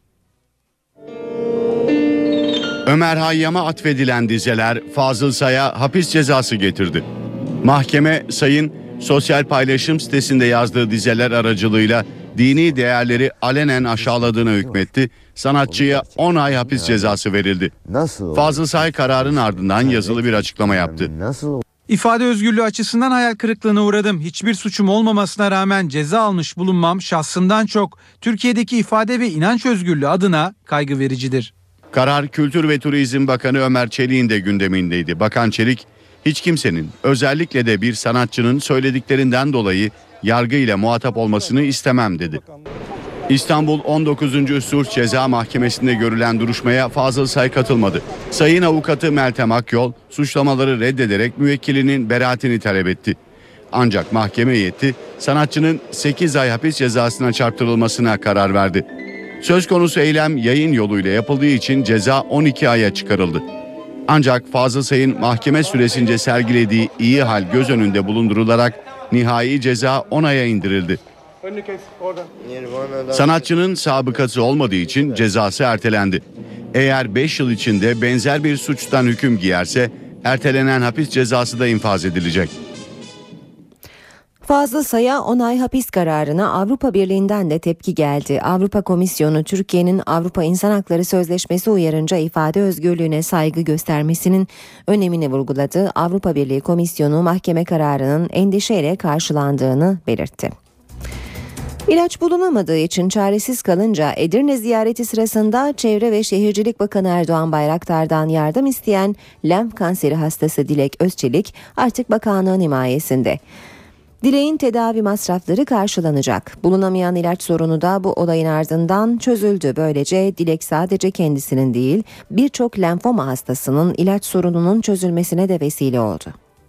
Ömer Hayyam'a atfedilen dizeler Fazıl Say'a hapis cezası getirdi. Mahkeme Say'ın sosyal paylaşım sitesinde yazdığı dizeler aracılığıyla dini değerleri alenen aşağıladığına hükmetti. Sanatçıya on ay hapis cezası verildi. Fazıl Say kararın ardından yazılı bir açıklama yaptı. İfade özgürlüğü açısından hayal kırıklığına uğradım. Hiçbir suçum olmamasına rağmen ceza almış bulunmam şahsından çok Türkiye'deki ifade ve inanç özgürlüğü adına kaygı vericidir. Karar Kültür ve Turizm Bakanı Ömer Çelik'in de gündemindeydi. Bakan Çelik, hiç kimsenin, özellikle de bir sanatçının söylediklerinden dolayı yargıyla muhatap olmasını istemem dedi. İstanbul on dokuzuncu Suç Ceza Mahkemesi'nde görülen duruşmaya Fazıl Say katılmadı. Sayın avukatı Meltem Akyol suçlamaları reddederek müvekkilinin beraatini talep etti. Ancak mahkeme heyeti sanatçının sekiz ay hapis cezasına çarptırılmasına karar verdi. Söz konusu eylem yayın yoluyla yapıldığı için ceza on iki aya çıkarıldı. Ancak Fazıl Say'ın mahkeme süresince sergilediği iyi hal göz önünde bulundurularak nihai ceza on aya indirildi. Sanatçının sabıkası olmadığı için cezası ertelendi. Eğer beş yıl içinde benzer bir suçtan hüküm giyerse ertelenen hapis cezası da infaz edilecek. Fazıl Say'a on ay hapis kararına Avrupa Birliği'nden de tepki geldi. Avrupa Komisyonu Türkiye'nin Avrupa İnsan Hakları Sözleşmesi uyarınca ifade özgürlüğüne saygı göstermesinin önemini vurguladı. Avrupa Birliği Komisyonu mahkeme kararının endişeyle karşılandığını belirtti. İlaç bulunamadığı için çaresiz kalınca Edirne ziyareti sırasında Çevre ve Şehircilik Bakanı Erdoğan Bayraktar'dan yardım isteyen lenf kanseri hastası Dilek Özçelik artık bakanlığın himayesinde. Dilek'in tedavi masrafları karşılanacak. Bulunamayan ilaç sorunu da bu olayın ardından çözüldü. Böylece Dilek sadece kendisinin değil, birçok lenfoma hastasının ilaç sorununun çözülmesine de vesile oldu.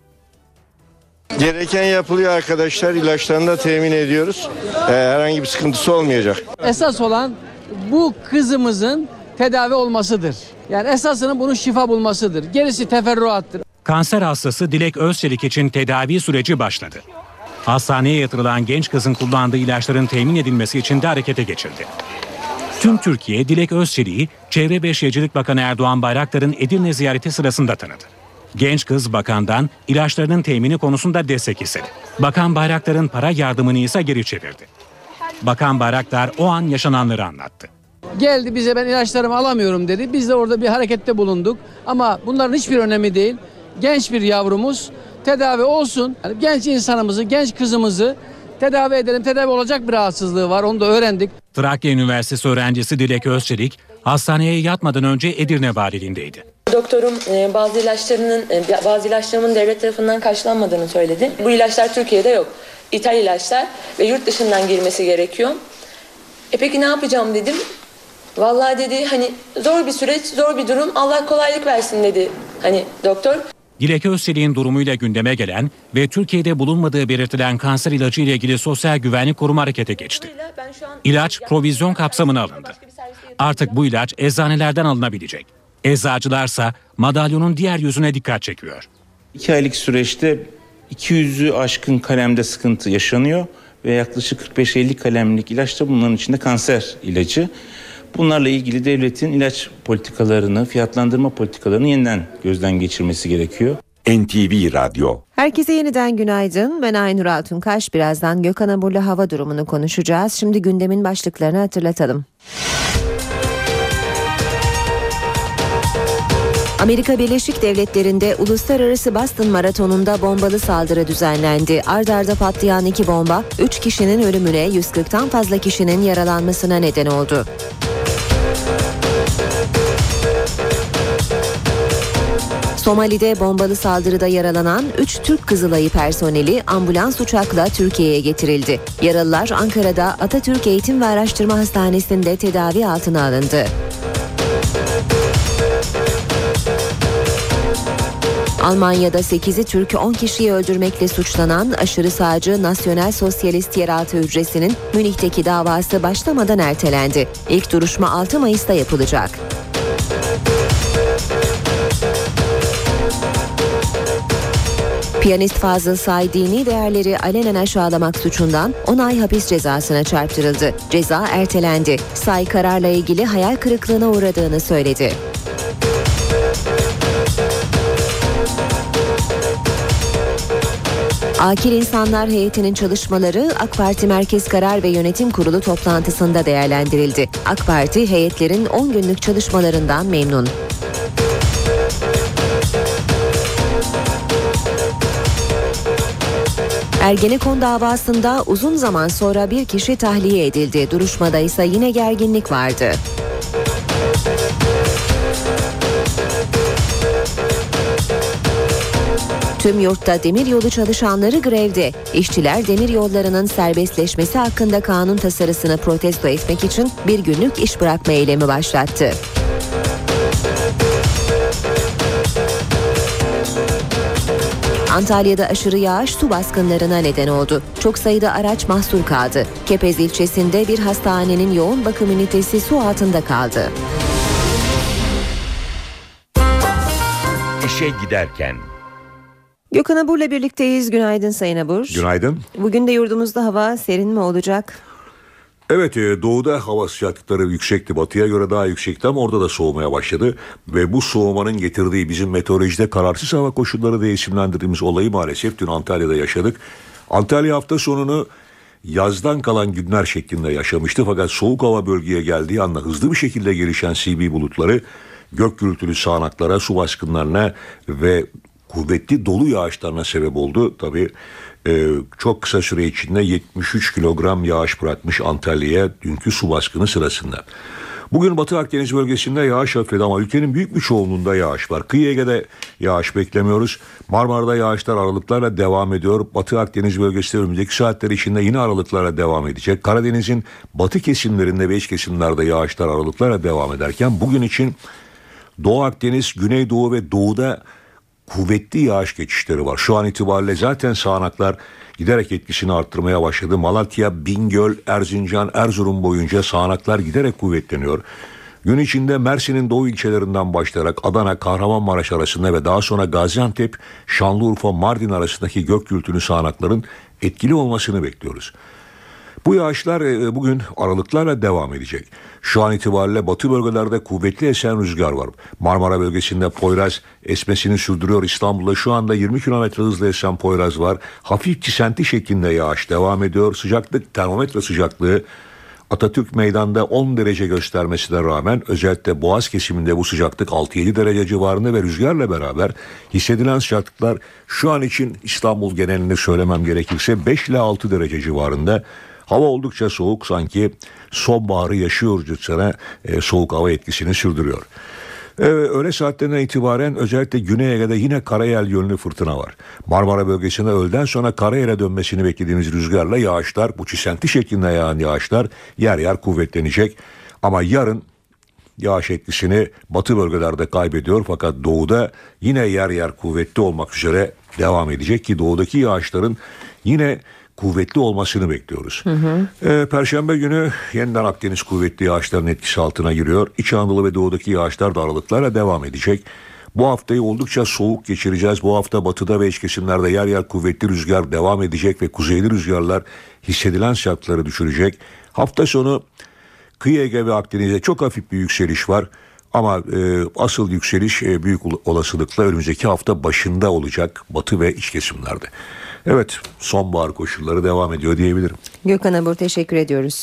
Gereken yapılıyor arkadaşlar. İlaçlarını da temin ediyoruz. Ee, herhangi bir sıkıntısı olmayacak. Esas olan bu kızımızın tedavi olmasıdır. Yani esasının bunun şifa bulmasıdır. Gerisi teferruattır. Kanser hastası Dilek Özçelik için tedavi süreci başladı. Hastaneye yatırılan genç kızın kullandığı ilaçların temin edilmesi için de harekete geçildi. Tüm Türkiye Dilek Özçelik'i Çevre ve Şehircilik Bakanı Erdoğan Bayraktar'ın Edirne ziyareti sırasında tanıdı. Genç kız bakandan ilaçlarının temini konusunda destek istedi. Bakan Bayraktar'ın para yardımını ise geri çevirdi. Bakan Bayraktar o an yaşananları anlattı. Geldi bize ben ilaçlarımı alamıyorum dedi. Biz de orada bir harekette bulunduk. Ama bunların hiçbir önemi değil. Genç bir yavrumuz tedavi olsun. Yani genç insanımızı, genç kızımızı tedavi edelim. Tedavi olacak bir rahatsızlığı var. Onu da öğrendik. Trakya Üniversitesi öğrencisi Dilek Özçelik hastaneye yatmadan önce Edirne valiliğindeydi. Doktorum bazı ilaçlarının bazı ilaçlarımın devlet tarafından karşılanmadığını söyledi. Bu ilaçlar Türkiye'de yok. İthal ilaçlar ve yurt dışından girmesi gerekiyor. E peki ne yapacağım dedim. Vallahi dedi hani zor bir süreç, zor bir durum. Allah kolaylık versin dedi hani doktor. Dilek Özçelik'in durumuyla gündeme gelen ve Türkiye'de bulunmadığı belirtilen kanser ilacı ile ilgili Sosyal Güvenlik Kurumu harekete geçti. İlaç provizyon kapsamına alındı. Artık bu ilaç eczanelerden alınabilecek. Eczacılarsa madalyonun diğer yüzüne dikkat çekiyor. İki aylık süreçte iki yüzü aşkın kalemde sıkıntı yaşanıyor ve yaklaşık kırk beş elli kalemlik ilaç da bunların içinde kanser ilacı. Bunlarla ilgili devletin ilaç politikalarını, fiyatlandırma politikalarını yeniden gözden geçirmesi gerekiyor. N T V Radyo. Herkese yeniden günaydın. Ben Aynur Altunkaş. Birazdan Gökhan Abur'la hava durumunu konuşacağız. Şimdi gündemin başlıklarını hatırlatalım. Amerika Birleşik Devletleri'nde Uluslararası Boston Maratonu'nda bombalı saldırı düzenlendi. Ard arda patlayan iki bomba, üç kişinin ölümüne, yüz kırktan fazla kişinin yaralanmasına neden oldu. Somali'de bombalı saldırıda yaralanan üç Türk Kızılayı personeli ambulans uçakla Türkiye'ye getirildi. Yaralılar Ankara'da Atatürk Eğitim ve Araştırma Hastanesi'nde tedavi altına alındı. Almanya'da sekizi Türk on kişiyi öldürmekle suçlanan aşırı sağcı Nasyonel Sosyalist Yeraltı Hücresi'nin Münih'teki davası başlamadan ertelendi. İlk duruşma altı Mayıs'ta yapılacak. Piyanist Fazıl Say dini değerleri alenen aşağılamak suçundan on ay hapis cezasına çarptırıldı. Ceza ertelendi. Say kararla ilgili hayal kırıklığına uğradığını söyledi. Akil İnsanlar Heyeti'nin çalışmaları AK Parti Merkez Karar ve Yönetim Kurulu toplantısında değerlendirildi. AK Parti heyetlerin on günlük çalışmalarından memnun. Ergenekon davasında uzun zaman sonra bir kişi tahliye edildi. Duruşmada ise yine gerginlik vardı. Tüm yurtta demiryolu çalışanları grevde. İşçiler demiryollarının serbestleşmesi hakkında kanun tasarısını protesto etmek için bir günlük iş bırakma eylemi başlattı. Antalya'da aşırı yağış su baskınlarına neden oldu. Çok sayıda araç mahsur kaldı. Kepez ilçesinde bir hastanenin yoğun bakım ünitesi su altında kaldı. İşe giderken. Gökhan Abur'la birlikteyiz. Günaydın Sayın Abur. Günaydın. Bugün de yurdumuzda hava serin mi olacak? Evet, doğuda hava sıcaklıkları yüksekti. Batıya göre daha yüksekti ama orada da soğumaya başladı. Ve bu soğumanın getirdiği bizim meteorolojide kararsız hava koşulları diye isimlendirdiğimiz olayı maalesef dün Antalya'da yaşadık. Antalya hafta sonunu yazdan kalan günler şeklinde yaşamıştı. Fakat soğuk hava bölgeye geldiği anda hızlı bir şekilde gelişen C B bulutları gök gürültülü sağanaklara, su baskınlarına ve kuvvetli dolu yağışlarına sebep oldu. Tabii e, çok kısa süre içinde yetmiş üç kilogram yağış bırakmış Antalya'ya dünkü su baskını sırasında. Bugün Batı Akdeniz bölgesinde yağış hafifledi ama ülkenin büyük bir çoğunluğunda yağış var. Kıyı Ege'de yağış beklemiyoruz. Marmara'da yağışlar aralıklarla devam ediyor. Batı Akdeniz bölgesinde önümüzdeki saatler içinde yine aralıklarla devam edecek. Karadeniz'in batı kesimlerinde ve iç kesimlerde yağışlar aralıklarla devam ederken bugün için Doğu Akdeniz, Güneydoğu ve Doğu'da kuvvetli yağış geçişleri var. Şu an itibariyle zaten sağanaklar giderek etkisini arttırmaya başladı. Malatya, Bingöl, Erzincan, Erzurum boyunca sağanaklar giderek kuvvetleniyor. Gün içinde Mersin'in doğu ilçelerinden başlayarak Adana, Kahramanmaraş arasında ve daha sonra Gaziantep, Şanlıurfa, Mardin arasındaki gök gürültülü sağanakların etkili olmasını bekliyoruz. Bu yağışlar bugün aralıklarla devam edecek. Şu an itibariyle batı bölgelerde kuvvetli esen rüzgar var. Marmara bölgesinde Poyraz esmesini sürdürüyor. İstanbul'da şu anda yirmi kilometre hızla esen Poyraz var. Hafif çisenti şeklinde yağış devam ediyor. Sıcaklık, termometre sıcaklığı Atatürk Meydan'da on derece göstermesine rağmen özellikle Boğaz kesiminde bu sıcaklık altı yedi derece civarında ve rüzgarla beraber hissedilen sıcaklıklar şu an için İstanbul genelinde söylemem gerekirse beş ile altı derece civarında. Hava oldukça soğuk, sanki sonbaharı yaşıyorcasına e, soğuk hava etkisini sürdürüyor. Ee, öğle saatlerinden itibaren özellikle Güney Ege'de yine karayel yönlü fırtına var. Marmara bölgesinde öğleden sonra karayele dönmesini beklediğimiz rüzgarla yağışlar, bu çisenti şeklinde yağan yağışlar yer yer kuvvetlenecek. Ama yarın yağış etkisini batı bölgelerde kaybediyor fakat doğuda yine yer yer kuvvetli olmak üzere devam edecek ki doğudaki yağışların yine kuvvetli olmasını bekliyoruz. Hı hı. Ee, Perşembe günü yeniden Akdeniz kuvvetli yağışların etkisi altına giriyor. İç Anadolu ve doğudaki yağışlar da aralıklarla devam edecek. Bu haftayı oldukça soğuk geçireceğiz. Bu hafta batıda ve iç kesimlerde yer yer kuvvetli rüzgar devam edecek ve kuzeyli rüzgarlar hissedilen sıcaklıkları düşürecek. Hafta sonu kıyı Ege ve Akdeniz'de çok hafif bir yükseliş var. Ama e, asıl yükseliş e, büyük olasılıkla önümüzdeki hafta başında olacak batı ve iç kesimlerde. Evet, sonbahar koşulları devam ediyor diyebilirim. Gökhan Abur, teşekkür ediyoruz.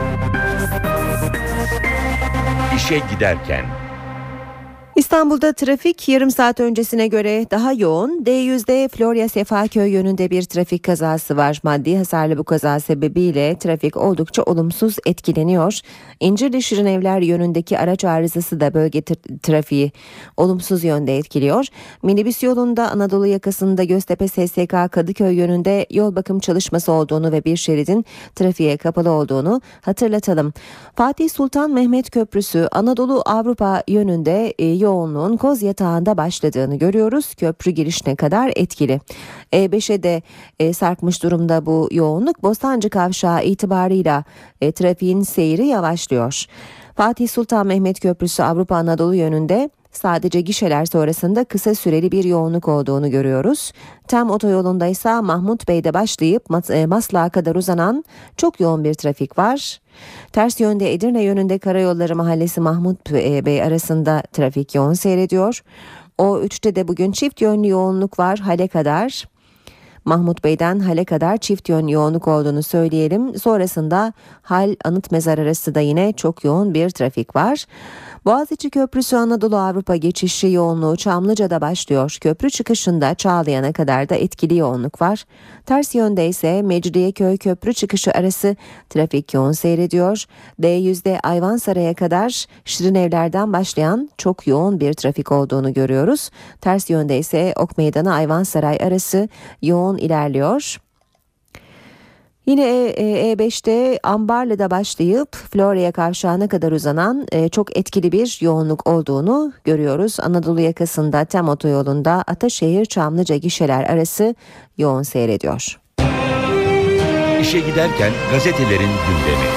İşe giderken. İstanbul'da trafik yarım saat öncesine göre daha yoğun. D yüzde Florya Sefaköy yönünde bir trafik kazası var. Maddi hasarlı bu kaza sebebiyle trafik oldukça olumsuz etkileniyor. İncirli Şirinevler yönündeki araç arızası da bölge tra- trafiği olumsuz yönde etkiliyor. Minibüs yolunda Anadolu yakasında Göztepe S S K Kadıköy yönünde yol bakım çalışması olduğunu ve bir şeridin trafiğe kapalı olduğunu hatırlatalım. Fatih Sultan Mehmet Köprüsü Anadolu Avrupa yönünde e, yoğunluğun Kozyatağı'nda başladığını görüyoruz. Köprü girişine kadar etkili. E beşe de e, sarkmış durumda bu yoğunluk. Bostancı Kavşağı itibarıyla e, trafiğin seyri yavaşlıyor. Fatih Sultan Mehmet Köprüsü Avrupa Anadolu yönünde sadece gişeler sonrasında kısa süreli bir yoğunluk olduğunu görüyoruz. Tem otoyolunda ise Mahmut Bey'de başlayıp Maslak'a kadar uzanan çok yoğun bir trafik var. Ters yönde Edirne yönünde Karayolları Mahallesi Mahmut Bey arasında trafik yoğun seyrediyor. O üçte de bugün çift yönlü yoğunluk var Hale kadar. Mahmut Bey'den Hale kadar çift yön yoğunluk olduğunu söyleyelim. Sonrasında Hal Anıt Mezar arası da yine çok yoğun bir trafik var. Boğaziçi Köprüsü Anadolu Avrupa geçişi yoğunluğu Çamlıca'da başlıyor. Köprü çıkışında Çağlayan'a kadar da etkili yoğunluk var. Ters yönde ise Mecidiyeköy köprü çıkışı arası trafik yoğun seyrediyor. D yüzde Ayvansaray'a kadar Şirinevler'den başlayan çok yoğun bir trafik olduğunu görüyoruz. Ters yönde ise Ok Meydanı Ayvansaray arası yoğun ilerliyor. Yine E beşte Ambarlı'da başlayıp Florya Kavşağı'na kadar uzanan çok etkili bir yoğunluk olduğunu görüyoruz. Anadolu yakasında Tem Otoyolu'nda Ataşehir Çamlıca gişeler arası yoğun seyrediyor. İşe giderken gazetelerin gündemi.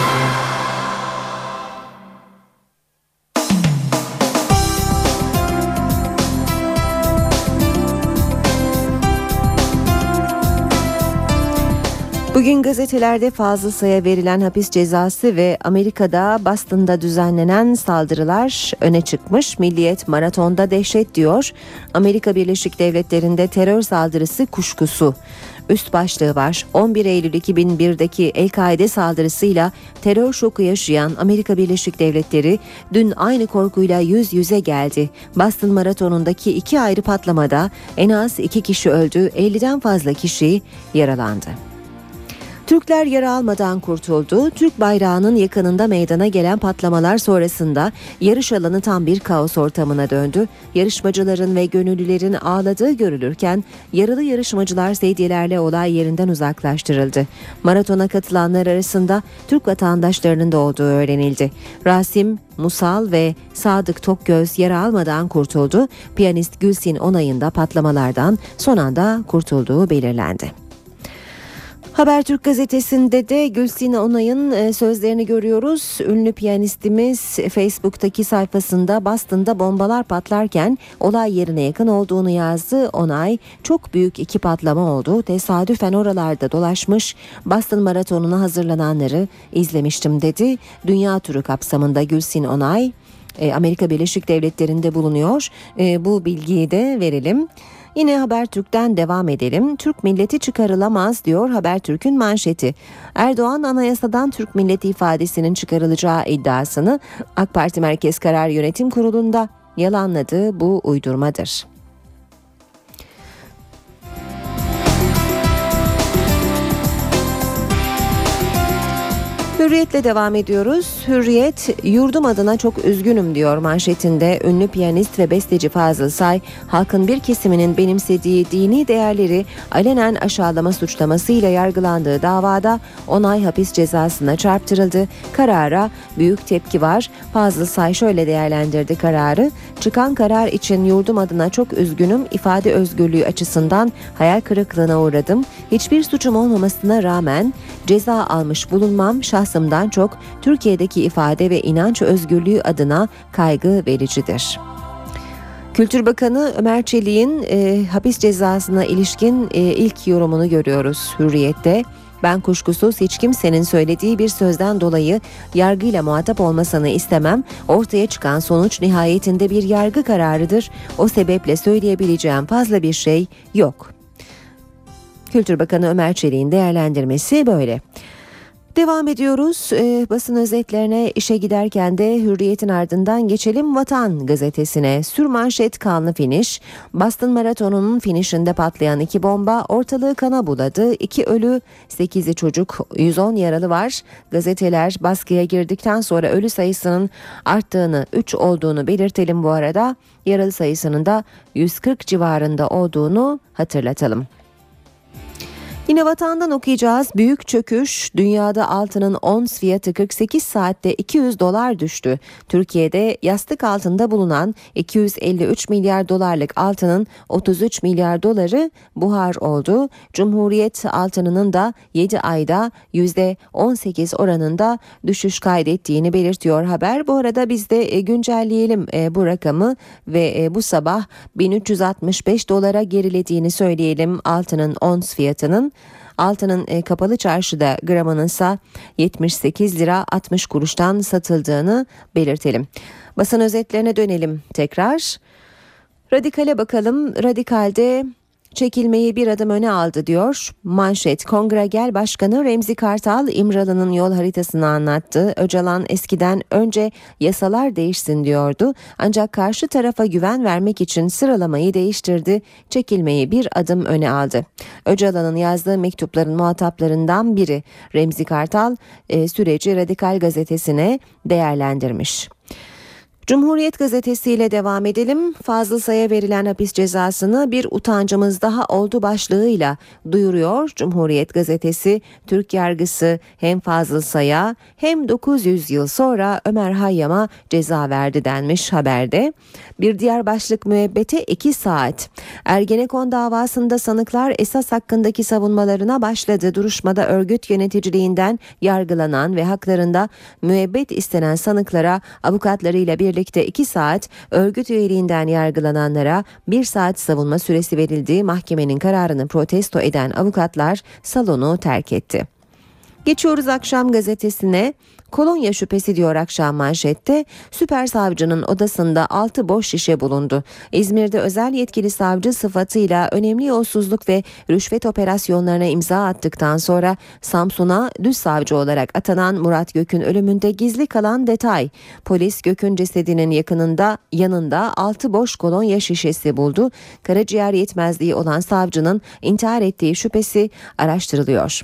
Bugün gazetelerde Fazıl Say'a verilen hapis cezası ve Amerika'da Boston'da düzenlenen saldırılar öne çıkmış. Milliyet maratonda dehşet diyor. Amerika Birleşik Devletleri'nde terör saldırısı kuşkusu. Üst başlığı var. on bir Eylül iki bin birdeki El-Kaide saldırısıyla terör şoku yaşayan Amerika Birleşik Devletleri dün aynı korkuyla yüz yüze geldi. Boston Maratonu'ndaki iki ayrı patlamada en az iki kişi öldü, elliden fazla kişi yaralandı. Türkler yara almadan kurtuldu. Türk bayrağının yakınında meydana gelen patlamalar sonrasında yarış alanı tam bir kaos ortamına döndü. Yarışmacıların ve gönüllülerin ağladığı görülürken yaralı yarışmacılar sedyelerle olay yerinden uzaklaştırıldı. Maratona katılanlar arasında Türk vatandaşlarının da olduğu öğrenildi. Rasim Musal ve Sadık Tokgöz yara almadan kurtuldu. Piyanist Gülsin Onay'ın da patlamalardan son anda kurtulduğu belirlendi. Habertürk gazetesinde de Gülsin Onay'ın sözlerini görüyoruz. Ünlü piyanistimiz Facebook'taki sayfasında Boston'da bombalar patlarken olay yerine yakın olduğunu yazdı. Onay, çok büyük iki patlama oldu. Tesadüfen oralarda dolaşmış, Boston Maratonu'na hazırlananları izlemiştim dedi. Dünya turu kapsamında Gülsin Onay Amerika Birleşik Devletleri'nde bulunuyor. Bu bilgiyi de verelim. Yine Habertürk'ten devam edelim. Türk milleti çıkarılamaz diyor Habertürk'ün manşeti. Erdoğan anayasadan Türk milleti ifadesinin çıkarılacağı iddiasını AK Parti Merkez Karar Yönetim Kurulu'nda yalanladı. Bu uydurmadır. Hürriyet'le devam ediyoruz. Hürriyet, yurdum adına çok üzgünüm diyor manşetinde. Ünlü piyanist ve besteci Fazıl Say, halkın bir kesiminin benimsediği dini değerleri alenen aşağılama suçlamasıyla yargılandığı davada on ay hapis cezasına çarptırıldı. Karara büyük tepki var. Fazıl Say şöyle değerlendirdi kararı. Çıkan karar için yurdum adına çok üzgünüm. İfade özgürlüğü açısından hayal kırıklığına uğradım. Hiçbir suçum olmamasına rağmen ceza almış bulunmam şahsımdan çok Türkiye'deki ifade ve inanç özgürlüğü adına kaygı vericidir. Kültür Bakanı Ömer Çelik'in e, hapis cezasına ilişkin e, ilk yorumunu görüyoruz Hürriyet'te. Ben kuşkusuz hiç kimsenin söylediği bir sözden dolayı yargıyla muhatap olmasını istemem. Ortaya çıkan sonuç nihayetinde bir yargı kararıdır. O sebeple söyleyebileceğim fazla bir şey yok. Kültür Bakanı Ömer Çelik'in değerlendirmesi böyle. Devam ediyoruz ee, basın özetlerine. İşe giderken de Hürriyet'in ardından geçelim Vatan gazetesine. Sürmanşet kanlı finiş. Boston Maratonu'nun finişinde patlayan iki bomba ortalığı kana buladı. İki ölü, sekizi çocuk, yüz on yaralı var. Gazeteler baskıya girdikten sonra ölü sayısının arttığını, üç olduğunu belirtelim bu arada. Yaralı sayısının da yüz kırk civarında olduğunu hatırlatalım. Yine Vatan'dan okuyacağız. Büyük çöküş. Dünyada altının ons fiyatı kırk sekiz saatte iki yüz dolar düştü. Türkiye'de yastık altında bulunan iki yüz elli üç milyar dolarlık altının otuz üç milyar doları buhar oldu. Cumhuriyet altınının da yedi ayda yüzde on sekiz oranında düşüş kaydettiğini belirtiyor haber. Bu arada biz de güncelleyelim bu rakamı ve bu sabah bin üç yüz altmış beş dolara gerilediğini söyleyelim altının ons fiyatının. Altının e, kapalı çarşıda gramının ise yetmiş sekiz lira altmış kuruştan satıldığını belirtelim. Basın özetlerine dönelim tekrar. Radikale bakalım. Radikal'de çekilmeyi bir adım öne aldı diyor. Manşet, Kongre Genel Başkanı Remzi Kartal İmralı'nın yol haritasını anlattı. Öcalan eskiden önce yasalar değişsin diyordu. Ancak karşı tarafa güven vermek için sıralamayı değiştirdi. Çekilmeyi bir adım öne aldı. Öcalan'ın yazdığı mektupların muhataplarından biri Remzi Kartal e, süreci Radikal gazetesine değerlendirmiş. Cumhuriyet gazetesiyle devam edelim. Fazıl Say'a verilen hapis cezasını bir utancımız daha oldu başlığıyla duyuruyor. Cumhuriyet gazetesi Türk yargısı hem Fazıl Say'a hem dokuz yüz yıl sonra Ömer Hayyam'a ceza verdi denmiş haberde. Bir diğer başlık müebbete iki saat. Ergenekon davasında sanıklar esas hakkındaki savunmalarına başladı. Duruşmada örgüt yöneticiliğinden yargılanan ve haklarında müebbet istenen sanıklara avukatlarıyla birlikte Birlikte iki saat, örgüt üyeliğinden yargılananlara bir saat savunma süresi verildi. Mahkemenin kararını protesto eden avukatlar salonu terk etti. Geçiyoruz Akşam gazetesine. Kolonya şüphesi diyor akşam manşette. Süper savcının odasında altı boş şişe bulundu. İzmir'de özel yetkili savcı sıfatıyla önemli yolsuzluk ve rüşvet operasyonlarına imza attıktan sonra Samsun'a düz savcı olarak atanan Murat Gök'ün ölümünde gizli kalan detay. Polis Gök'ün cesedinin yakınında yanında altı boş kolonya şişesi buldu. Karaciğer yetmezliği olan savcının intihar ettiği şüphesi araştırılıyor.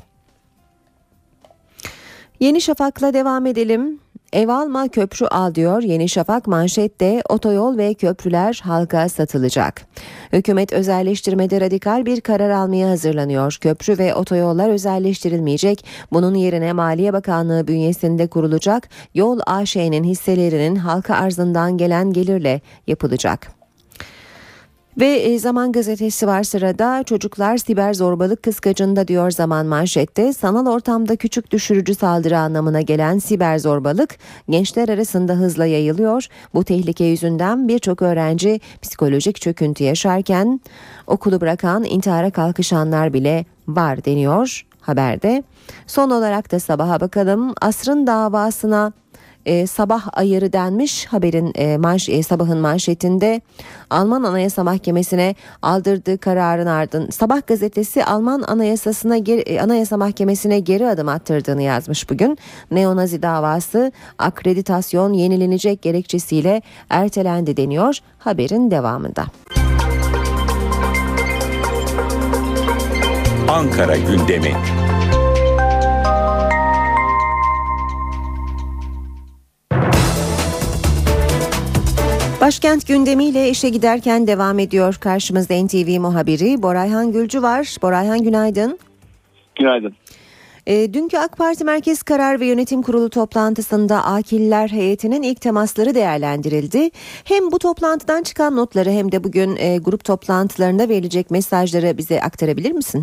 Yeni Şafak'la devam edelim. Ev alma köprü al diyor Yeni Şafak manşette. Otoyol ve köprüler halka satılacak. Hükümet özelleştirmede radikal bir karar almaya hazırlanıyor. Köprü ve otoyollar özelleştirilmeyecek. Bunun yerine Maliye Bakanlığı bünyesinde kurulacak Yol A Ş'nin hisselerinin halka arzından gelen gelirle yapılacak. Ve Zaman gazetesi var sırada. Çocuklar siber zorbalık kıskacında diyor Zaman manşette. Sanal ortamda küçük düşürücü saldırı anlamına gelen siber zorbalık gençler arasında hızla yayılıyor. Bu tehlike yüzünden birçok öğrenci psikolojik çöküntü yaşarken okulu bırakan, intihara kalkışanlar bile var deniyor haberde. Son olarak da Sabah'a bakalım. Asrın davasına Ee, sabah ayırı denmiş haberin e, manş, e, Sabah'ın manşetinde. Alman Anayasa Mahkemesi'ne aldırdığı kararın ardından Sabah gazetesi Alman Anayasasına geri, e, Anayasa Mahkemesi'ne geri adım attırdığını yazmış bugün. Neonazi davası akreditasyon yenilenecek gerekçesiyle ertelendi deniyor haberin devamında. Ankara gündemi. Başkent gündemiyle işe giderken devam ediyor. Karşımızda N T V muhabiri Borayhan Gülcü var. Borayhan günaydın. Günaydın. E, dünkü AK Parti Merkez Karar ve Yönetim Kurulu toplantısında Akilliler heyetinin ilk temasları değerlendirildi. Hem bu toplantıdan çıkan notları hem de bugün e, grup toplantılarında verilecek mesajları bize aktarabilir misin?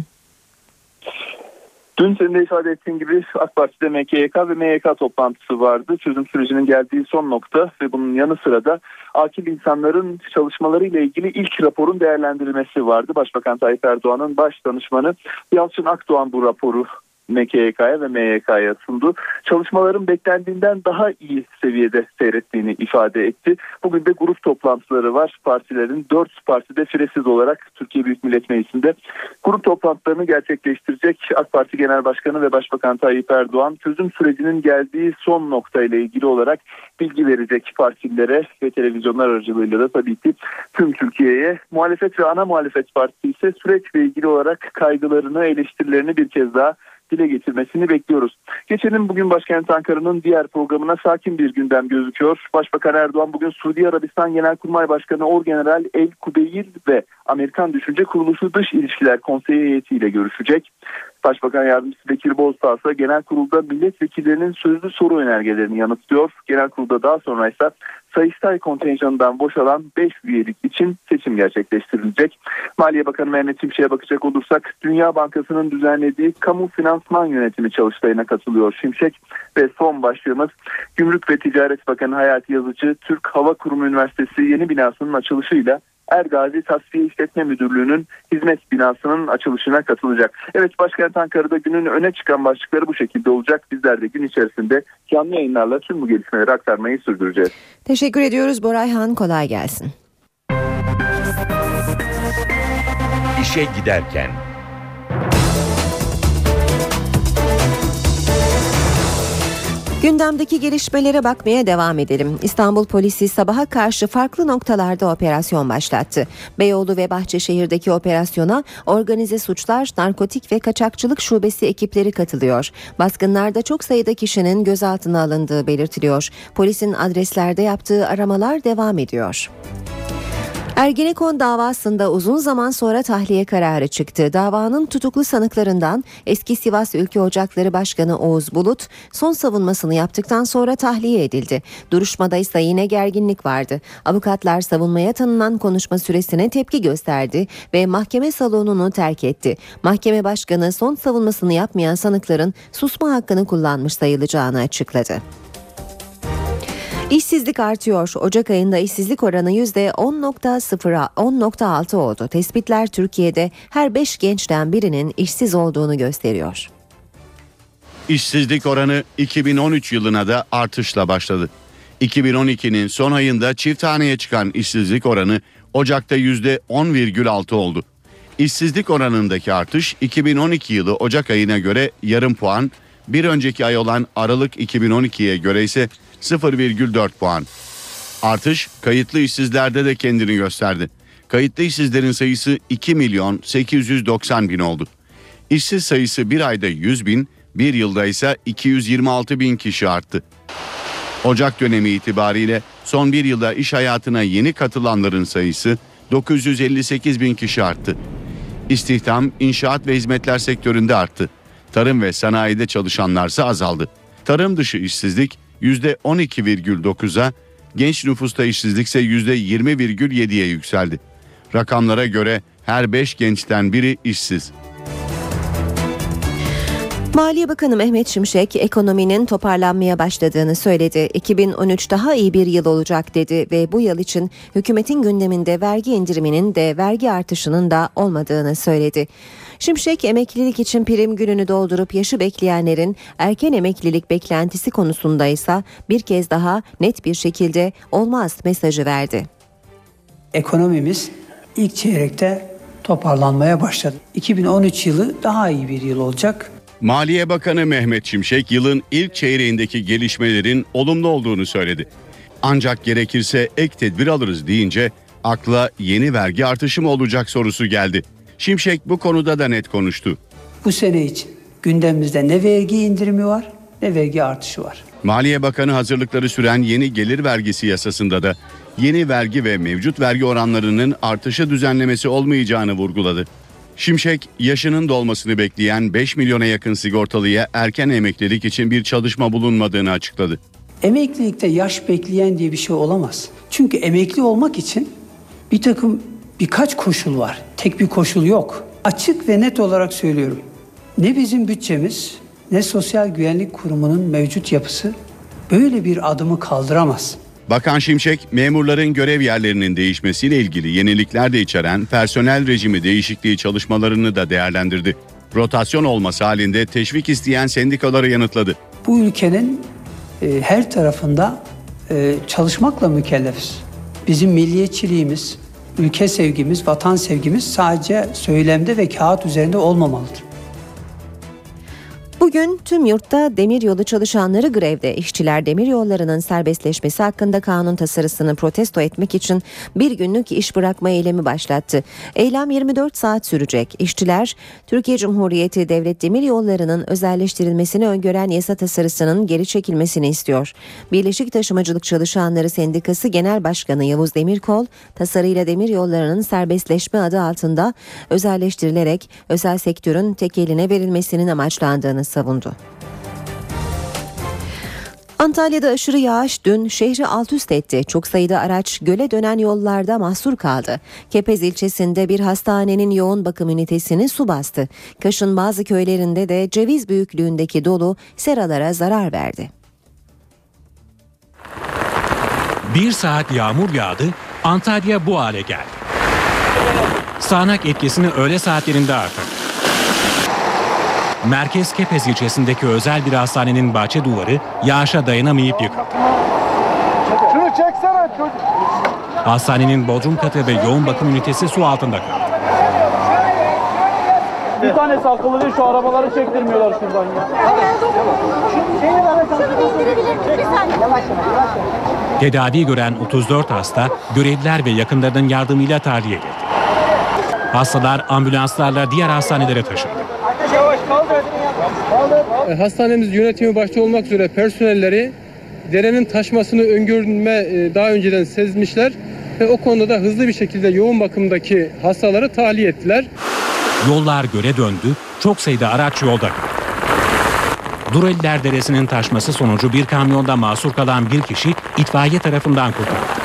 Dün senin de ifade ettiğin gibi AK Parti'de M K Y K ve M Y K toplantısı vardı. Çözüm sürecinin geldiği son nokta ve bunun yanı sıra da akil insanların çalışmalarıyla ilgili ilk raporun değerlendirilmesi vardı. Başbakan Tayyip Erdoğan'ın baş danışmanı Yalçın Akdoğan bu raporu M K Y K'ya ve M Y K'ya sundu. Çalışmaların beklendiğinden daha iyi seviyede seyrettiğini ifade etti. Bugün de grup toplantıları var. Partilerin dört partide firesiz olarak Türkiye Büyük Millet Meclisi'nde grup toplantılarını gerçekleştirecek. AK Parti Genel Başkanı ve Başbakan Tayyip Erdoğan çözüm sürecinin geldiği son noktayla ilgili olarak bilgi verecek partilere ve televizyonlar aracılığıyla da tabii ki tüm Türkiye'ye. Muhalefet ve ana muhalefet partisi ise süreçle ilgili olarak kaygılarını, eleştirilerini bir kez daha dile getirmesini bekliyoruz. Geçelim bugün başkent Ankara'nın diğer programına. Sakin bir gündem gözüküyor. Başbakan Erdoğan bugün Suudi Arabistan Genelkurmay Başkanı Orgeneral El Kubeyl ve Amerikan Düşünce Kuruluşu Dış İlişkiler Konseyi heyetiyle görüşecek. Başbakan Yardımcısı Bekir Bozdağ ise genel kurulda milletvekillerinin sözlü soru önergelerini yanıtlıyor. Genel kurulda daha sonra ise Sayıştay kontenjanından boşalan beş üyelik için seçim gerçekleştirilecek. Maliye Bakanı Mehmet Şimşek'e bakacak olursak Dünya Bankası'nın düzenlediği kamu finansman yönetimi çalıştayına katılıyor Şimşek. Ve son başlığımız Gümrük ve Ticaret Bakanı Hayati Yazıcı Türk Hava Kurumu Üniversitesi yeni binasının açılışıyla Ergazi Tasfiye İşletme Müdürlüğü'nün hizmet binasının açılışına katılacak. Evet, başkent Ankara'da günün öne çıkan başlıkları bu şekilde olacak. Bizler de gün içerisinde canlı yayınlarla tüm bu gelişmeleri aktarmayı sürdüreceğiz. Teşekkür ediyoruz Borayhan, kolay gelsin. İşe İşe giderken. Gündemdeki gelişmelere bakmaya devam edelim. İstanbul polisi sabaha karşı farklı noktalarda operasyon başlattı. Beyoğlu ve Bahçeşehir'deki operasyona organize suçlar, narkotik ve kaçakçılık şubesi ekipleri katılıyor. Baskınlarda çok sayıda kişinin gözaltına alındığı belirtiliyor. Polisin adreslerde yaptığı aramalar devam ediyor. Ergenekon davasında uzun zaman sonra tahliye kararı çıktı. Davanın tutuklu sanıklarından eski Sivas Ülke Ocakları Başkanı Oğuz Bulut son savunmasını yaptıktan sonra tahliye edildi. Duruşmada ise yine gerginlik vardı. Avukatlar savunmaya tanınan konuşma süresine tepki gösterdi ve mahkeme salonunu terk etti. Mahkeme başkanı son savunmasını yapmayan sanıkların susma hakkını kullanmış sayılacağını açıkladı. İşsizlik artıyor. Ocak ayında işsizlik oranı yüzde on nokta altı oldu. Tespitler Türkiye'de her beş gençten birinin işsiz olduğunu gösteriyor. İşsizlik oranı iki bin on üç yılına da artışla başladı. iki bin on ikinin son ayında çift haneye çıkan işsizlik oranı Ocak'ta yüzde on virgül altı oldu. İşsizlik oranındaki artış iki bin on iki yılı Ocak ayına göre yarım puan, bir önceki ay olan Aralık iki bin on ikiye göre ise sıfır virgül dört puan. Artış kayıtlı işsizlerde de kendini gösterdi. Kayıtlı işsizlerin sayısı iki milyon sekiz yüz doksan bin oldu. İşsiz sayısı bir ayda yüz bin, bir yılda ise iki yüz yirmi altı bin kişi arttı. Ocak dönemi itibariyle son bir yılda iş hayatına yeni katılanların sayısı dokuz yüz elli sekiz bin kişi arttı. İstihdam, inşaat ve hizmetler sektöründe arttı. Tarım ve sanayide çalışanlarsa azaldı. Tarım dışı işsizlik yüzde on iki virgül dokuza, genç nüfusta işsizlik ise yüzde yirmi virgül yediye yükseldi. Rakamlara göre her beş gençten biri işsiz. Maliye Bakanı Mehmet Şimşek ekonominin toparlanmaya başladığını söyledi. iki bin on üç daha iyi bir yıl olacak dedi ve bu yıl için hükümetin gündeminde vergi indiriminin de vergi artışının da olmadığını söyledi. Şimşek emeklilik için prim gününü doldurup yaşı bekleyenlerin erken emeklilik beklentisi konusunda ise bir kez daha net bir şekilde olmaz mesajı verdi. Ekonomimiz ilk çeyrekte toparlanmaya başladı. iki bin on üç yılı daha iyi bir yıl olacak. Maliye Bakanı Mehmet Şimşek yılın ilk çeyreğindeki gelişmelerin olumlu olduğunu söyledi. Ancak gerekirse ek tedbir alırız deyince akla yeni vergi artışı mı olacak sorusu geldi. Şimşek bu konuda da net konuştu. Bu sene için gündemimizde ne vergi indirimi var ne vergi artışı var. Maliye Bakanı hazırlıkları süren yeni gelir vergisi yasasında da yeni vergi ve mevcut vergi oranlarının artışı düzenlemesi olmayacağını vurguladı. Şimşek, yaşının dolmasını bekleyen beş milyona yakın sigortalıya erken emeklilik için bir çalışma bulunmadığını açıkladı. Emeklilikte yaş bekleyen diye bir şey olamaz. Çünkü emekli olmak için bir takım birkaç koşul var. Tek bir koşul yok. Açık ve net olarak söylüyorum. Ne bizim bütçemiz ne Sosyal Güvenlik Kurumu'nun mevcut yapısı böyle bir adımı kaldıramaz. Bakan Şimşek, memurların görev yerlerinin değişmesiyle ilgili yenilikler de içeren personel rejimi değişikliği çalışmalarını da değerlendirdi. Rotasyon olması halinde teşvik isteyen sendikaları yanıtladı. Bu ülkenin e, her tarafında e, çalışmakla mükellefiz. Bizim milliyetçiliğimiz, ülke sevgimiz, vatan sevgimiz sadece söylemde ve kağıt üzerinde olmamalıdır. Bugün tüm yurtta demiryolu çalışanları grevde. İşçiler demiryollarının serbestleşmesi hakkında kanun tasarısını protesto etmek için bir günlük iş bırakma eylemi başlattı. Eylem yirmi dört saat sürecek. İşçiler, Türkiye Cumhuriyeti Devlet Demiryolları'nın özelleştirilmesini öngören yasa tasarısının geri çekilmesini istiyor. Birleşik Taşımacılık Çalışanları Sendikası Genel Başkanı Yavuz Demirkol, tasarıyla demiryollarının serbestleşme adı altında özelleştirilerek özel sektörün tek eline verilmesinin amaçlandığını savundu. Antalya'da aşırı yağış dün şehri alt üst etti. Çok sayıda araç göle dönen yollarda mahsur kaldı. Kepez ilçesinde bir hastanenin yoğun bakım ünitesini su bastı. Kaş'ın bazı köylerinde de ceviz büyüklüğündeki dolu seralara zarar verdi. Bir saat yağmur yağdı, Antalya bu hale geldi. Sağanak etkisini öğle saatlerinde artırdı. Merkez Kepez ilçesindeki özel bir hastanenin bahçe duvarı yağışa dayanamayıp yıkıldı. Şunu çeksene çocuk. Hastanenin bodrum katı ve yoğun bakım ünitesi su altında kaldı. Bir tanesi akıllı değil, şu arabaları çektirmiyorlar şuradan ya. Tedavi gören otuz dört hasta görevliler ve yakınlarının yardımıyla tahliye edildi. Hastalar ambulanslarla diğer hastanelere taşındı. Hastanemiz yönetimi başta olmak üzere personelleri derenin taşmasını öngörme daha önceden sezmişler ve o konuda da hızlı bir şekilde yoğun bakımdaki hastaları tahliye ettiler. Yollar göle döndü, çok sayıda araç yolda kaldı. Dureliler Deresi'nin taşması sonucu bir kamyonda mahsur kalan bir kişi itfaiye tarafından kurtarıldı.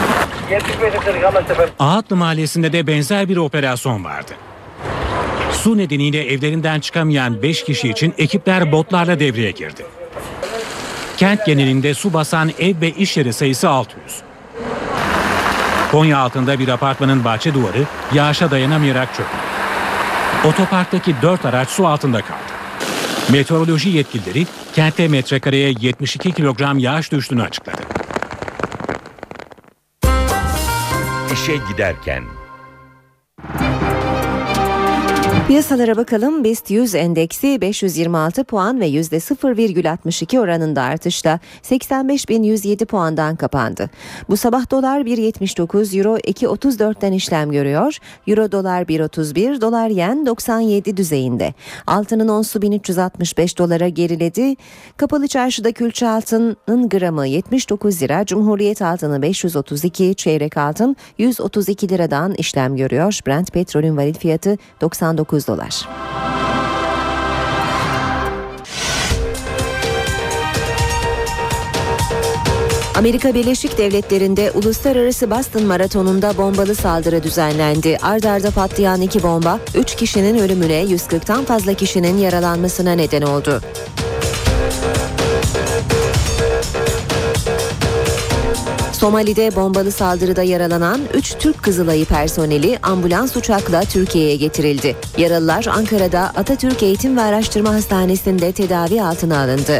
Ağatlı Mahallesi'nde de benzer bir operasyon vardı. Su nedeniyle evlerinden çıkamayan beş kişi için ekipler botlarla devreye girdi. Kent genelinde su basan ev ve iş yeri sayısı altı yüz. Konya altında bir apartmanın bahçe duvarı yağışa dayanamayarak çöktü. Otoparktaki dört araç su altında kaldı. Meteoroloji yetkilileri kentte metrekareye yetmiş iki kilogram yağış düştüğünü açıkladı. İşe giderken. Piyasalara bakalım. BIST yüz endeksi beş yüz yirmi altı puan ve yüzde sıfır virgül altmış iki oranında artışla seksen beş bin yüz yedi puandan kapandı. Bu sabah dolar bir virgül yetmiş dokuz, euro iki virgül otuz dörtten işlem görüyor. Euro dolar bir virgül otuz bir, dolar yen doksan yedi düzeyinde. Altının onsu bin üç yüz altmış beş dolara geriledi. Kapalı çarşıda külçe altının gramı yetmiş dokuz lira, Cumhuriyet altını beş yüz otuz iki, çeyrek altın yüz otuz iki liradan işlem görüyor. Brent petrolün varil fiyatı doksan dokuz dolar. Amerika Birleşik Devletleri'nde Uluslararası Boston Maratonu'nda bombalı saldırı düzenlendi. Ard arda patlayan iki bomba üç kişinin ölümüne, yüz kırktan fazla kişinin yaralanmasına neden oldu. Somali'de bombalı saldırıda yaralanan üç Türk Kızılayı personeli ambulans uçakla Türkiye'ye getirildi. Yaralılar Ankara'da Atatürk Eğitim ve Araştırma Hastanesi'nde tedavi altına alındı.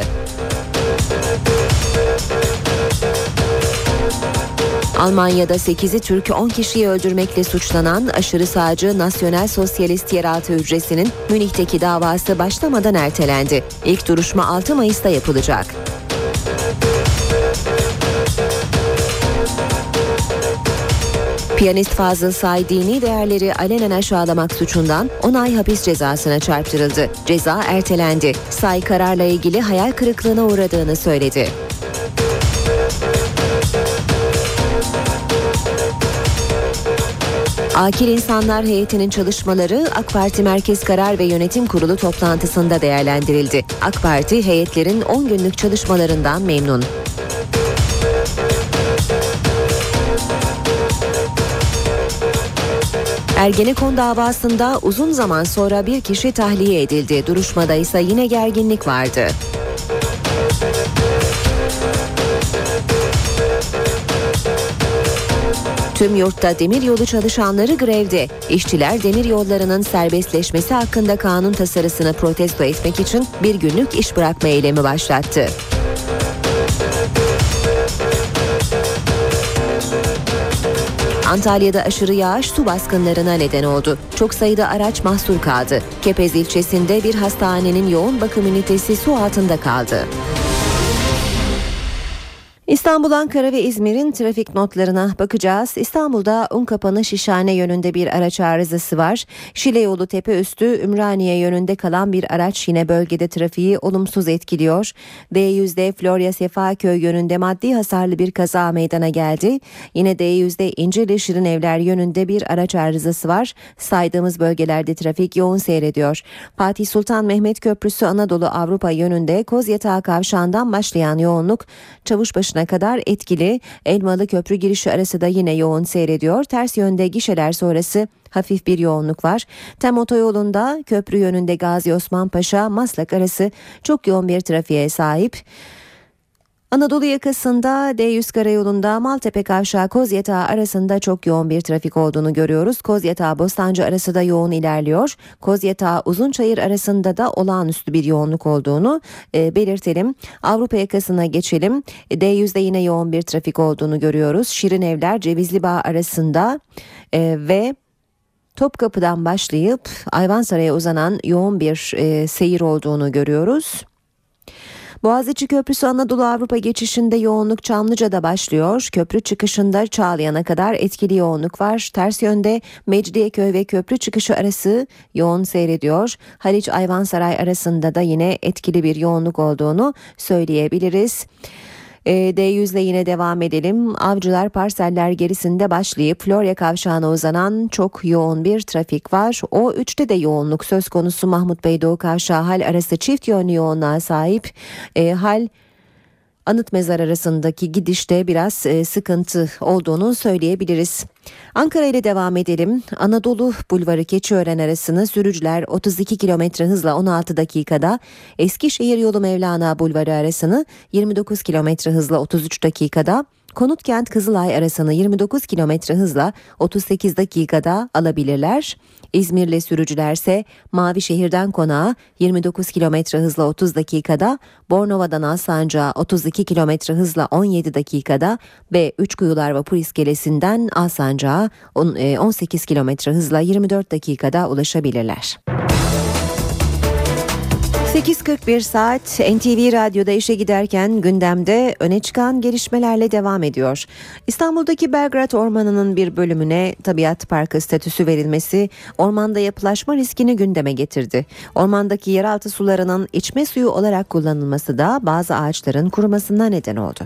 Almanya'da sekizi Türk, on kişiyi öldürmekle suçlanan aşırı sağcı Nasyonel Sosyalist Yeraltı Hücresi'nin Münih'teki davası başlamadan ertelendi. İlk duruşma altı Mayıs'ta yapılacak. Piyanist Fazıl Say dini değerleri alenen aşağılamak suçundan on ay hapis cezasına çarptırıldı. Ceza ertelendi. Say kararla ilgili hayal kırıklığına uğradığını söyledi. Akil İnsanlar Heyeti'nin çalışmaları AK Parti Merkez Karar ve Yönetim Kurulu toplantısında değerlendirildi. AK Parti heyetlerin on günlük çalışmalarından memnun. Ergenekon davasında uzun zaman sonra bir kişi tahliye edildi. Duruşmada ise yine gerginlik vardı. Tüm yurtta demiryolu çalışanları grevde. İşçiler demiryollarının serbestleşmesi hakkında kanun tasarısını protesto etmek için bir günlük iş bırakma eylemi başlattı. Antalya'da aşırı yağış su baskınlarına neden oldu. Çok sayıda araç mahsur kaldı. Kepez ilçesinde bir hastanenin yoğun bakım ünitesi su altında kaldı. İstanbul, Ankara ve İzmir'in trafik notlarına bakacağız. İstanbul'da Unkapanı Şişhane yönünde bir araç arızası var. Şile yolu Tepeüstü Ümraniye yönünde kalan bir araç yine bölgede trafiği olumsuz etkiliyor. D yüzde Florya Sefaköy yönünde maddi hasarlı bir kaza meydana geldi. Yine D yüzde İncirli Şirinevler yönünde bir araç arızası var. Saydığımız bölgelerde trafik yoğun seyrediyor. Fatih Sultan Mehmet Köprüsü Anadolu Avrupa yönünde Kozyatağı kavşağından başlayan yoğunluk Çavuşbaşı kadar etkili. Elmalı Köprü girişi arası da yine yoğun seyrediyor. Ters yönde gişeler sonrası hafif bir yoğunluk var. Tem otoyolunda köprü yönünde Gazi Osman Paşa Maslak arası çok yoğun bir trafiğe sahip. Anadolu yakasında D yüz karayolunda Maltepe Kavşağı Kozyatağı arasında çok yoğun bir trafik olduğunu görüyoruz. Kozyatağı Bostancı arası da yoğun ilerliyor. Kozyatağı Uzunçayır arasında da olağanüstü bir yoğunluk olduğunu e, belirtelim. Avrupa yakasına geçelim. D yüzde yine yoğun bir trafik olduğunu görüyoruz. Şirinevler Cevizlibağ arasında e, ve Topkapı'dan başlayıp Ayvansaray'a uzanan yoğun bir e, seyir olduğunu görüyoruz. Boğaziçi Köprüsü Anadolu Avrupa geçişinde yoğunluk Çamlıca'da başlıyor. Köprü çıkışında Çağlayan'a kadar etkili yoğunluk var. Ters yönde Mecidiyeköy ve köprü çıkışı arası yoğun seyrediyor. Haliç Ayvansaray arasında da yine etkili bir yoğunluk olduğunu söyleyebiliriz. D yüz ile yine devam edelim. Avcılar Parseller gerisinde başlayıp Florya Kavşağı'na uzanan çok yoğun bir trafik var. O üçte de yoğunluk söz konusu. Mahmut Bey Doğu Kavşağı Hal arası çift yönlü yoğunluğa sahip. E, Hal Anıt Mezar arasındaki gidişte biraz e, sıkıntı olduğunu söyleyebiliriz. Ankara ile devam edelim. Anadolu Bulvarı Keçiören arasını sürücüler otuz iki kilometre hızla on altı dakikada, Eskişehir yolu Mevlana Bulvarı arasını yirmi dokuz kilometre hızla otuz üç dakikada, Konutkent Kızılay arasını yirmi dokuz kilometre hızla otuz sekiz dakikada alabilirler. İzmirli sürücülerse Mavişehir'den Konağa yirmi dokuz kilometre hızla otuz dakikada, Bornova'dan Alsancak'a otuz iki kilometre hızla on yedi dakikada ve Üçkuyular Vapur İskelesi'nden Alsancak'a on sekiz kilometre hızla yirmi dört dakikada ulaşabilirler. sekiz kırk bir saat N T V Radyo'da işe giderken gündemde öne çıkan gelişmelerle devam ediyor. İstanbul'daki Belgrad Ormanı'nın bir bölümüne tabiat parkı statüsü verilmesi ormanda yapılaşma riskini gündeme getirdi. Ormandaki yeraltı sularının içme suyu olarak kullanılması da bazı ağaçların kurumasına neden oldu.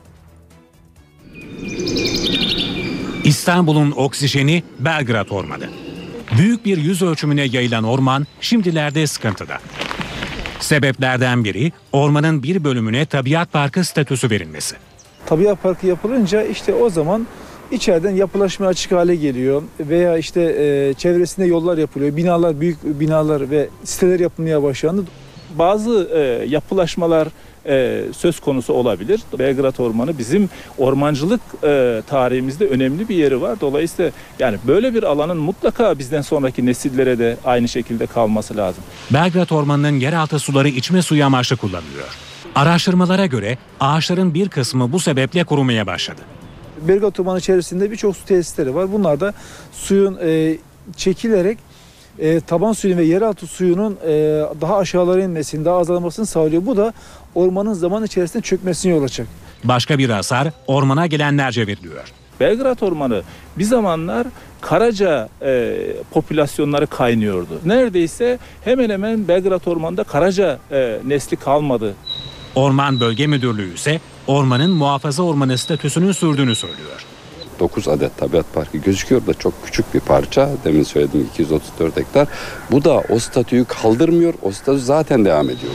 İstanbul'un oksijeni Belgrad Ormanı. Büyük bir yüz ölçümüne yayılan orman şimdilerde sıkıntıda. Sebeplerden biri ormanın bir bölümüne tabiat parkı statüsü verilmesi. Tabiat parkı yapılınca işte o zaman içeriden yapılaşma açık hale geliyor veya işte e, çevresinde yollar yapılıyor, binalar, büyük binalar ve siteler yapılmaya başlandı. Bazı e, yapılaşmalar e, söz konusu olabilir. Belgrad Ormanı bizim ormancılık e, tarihimizde önemli bir yeri var. Dolayısıyla yani böyle bir alanın mutlaka bizden sonraki nesillere de aynı şekilde kalması lazım. Belgrad Ormanı'nın yeraltı suları içme suyu amaçlı kullanılıyor. Araştırmalara göre ağaçların bir kısmı bu sebeple kurumaya başladı. Belgrad Ormanı içerisinde birçok su tesisleri var. Bunlar da suyun e, çekilerek E, taban suyu ve yeraltı suyunun e, daha aşağılara inmesini, daha azalmasını sağlıyor. Bu da ormanın zaman içerisinde çökmesine yol açacak. Başka bir hasar ormana gelenlerce veriliyor. Belgrad Ormanı bir zamanlar karaca e, popülasyonları kaynıyordu. Neredeyse hemen hemen Belgrad Ormanı'nda karaca e, nesli kalmadı. Orman Bölge Müdürlüğü ise ormanın muhafaza ormanı statüsünün sürdüğünü söylüyor. dokuz adet tabiat parkı gözüküyor da çok küçük bir parça. Demin söylediğim iki yüz otuz dört hektar. Bu da o statüyü kaldırmıyor. O statü zaten devam ediyor.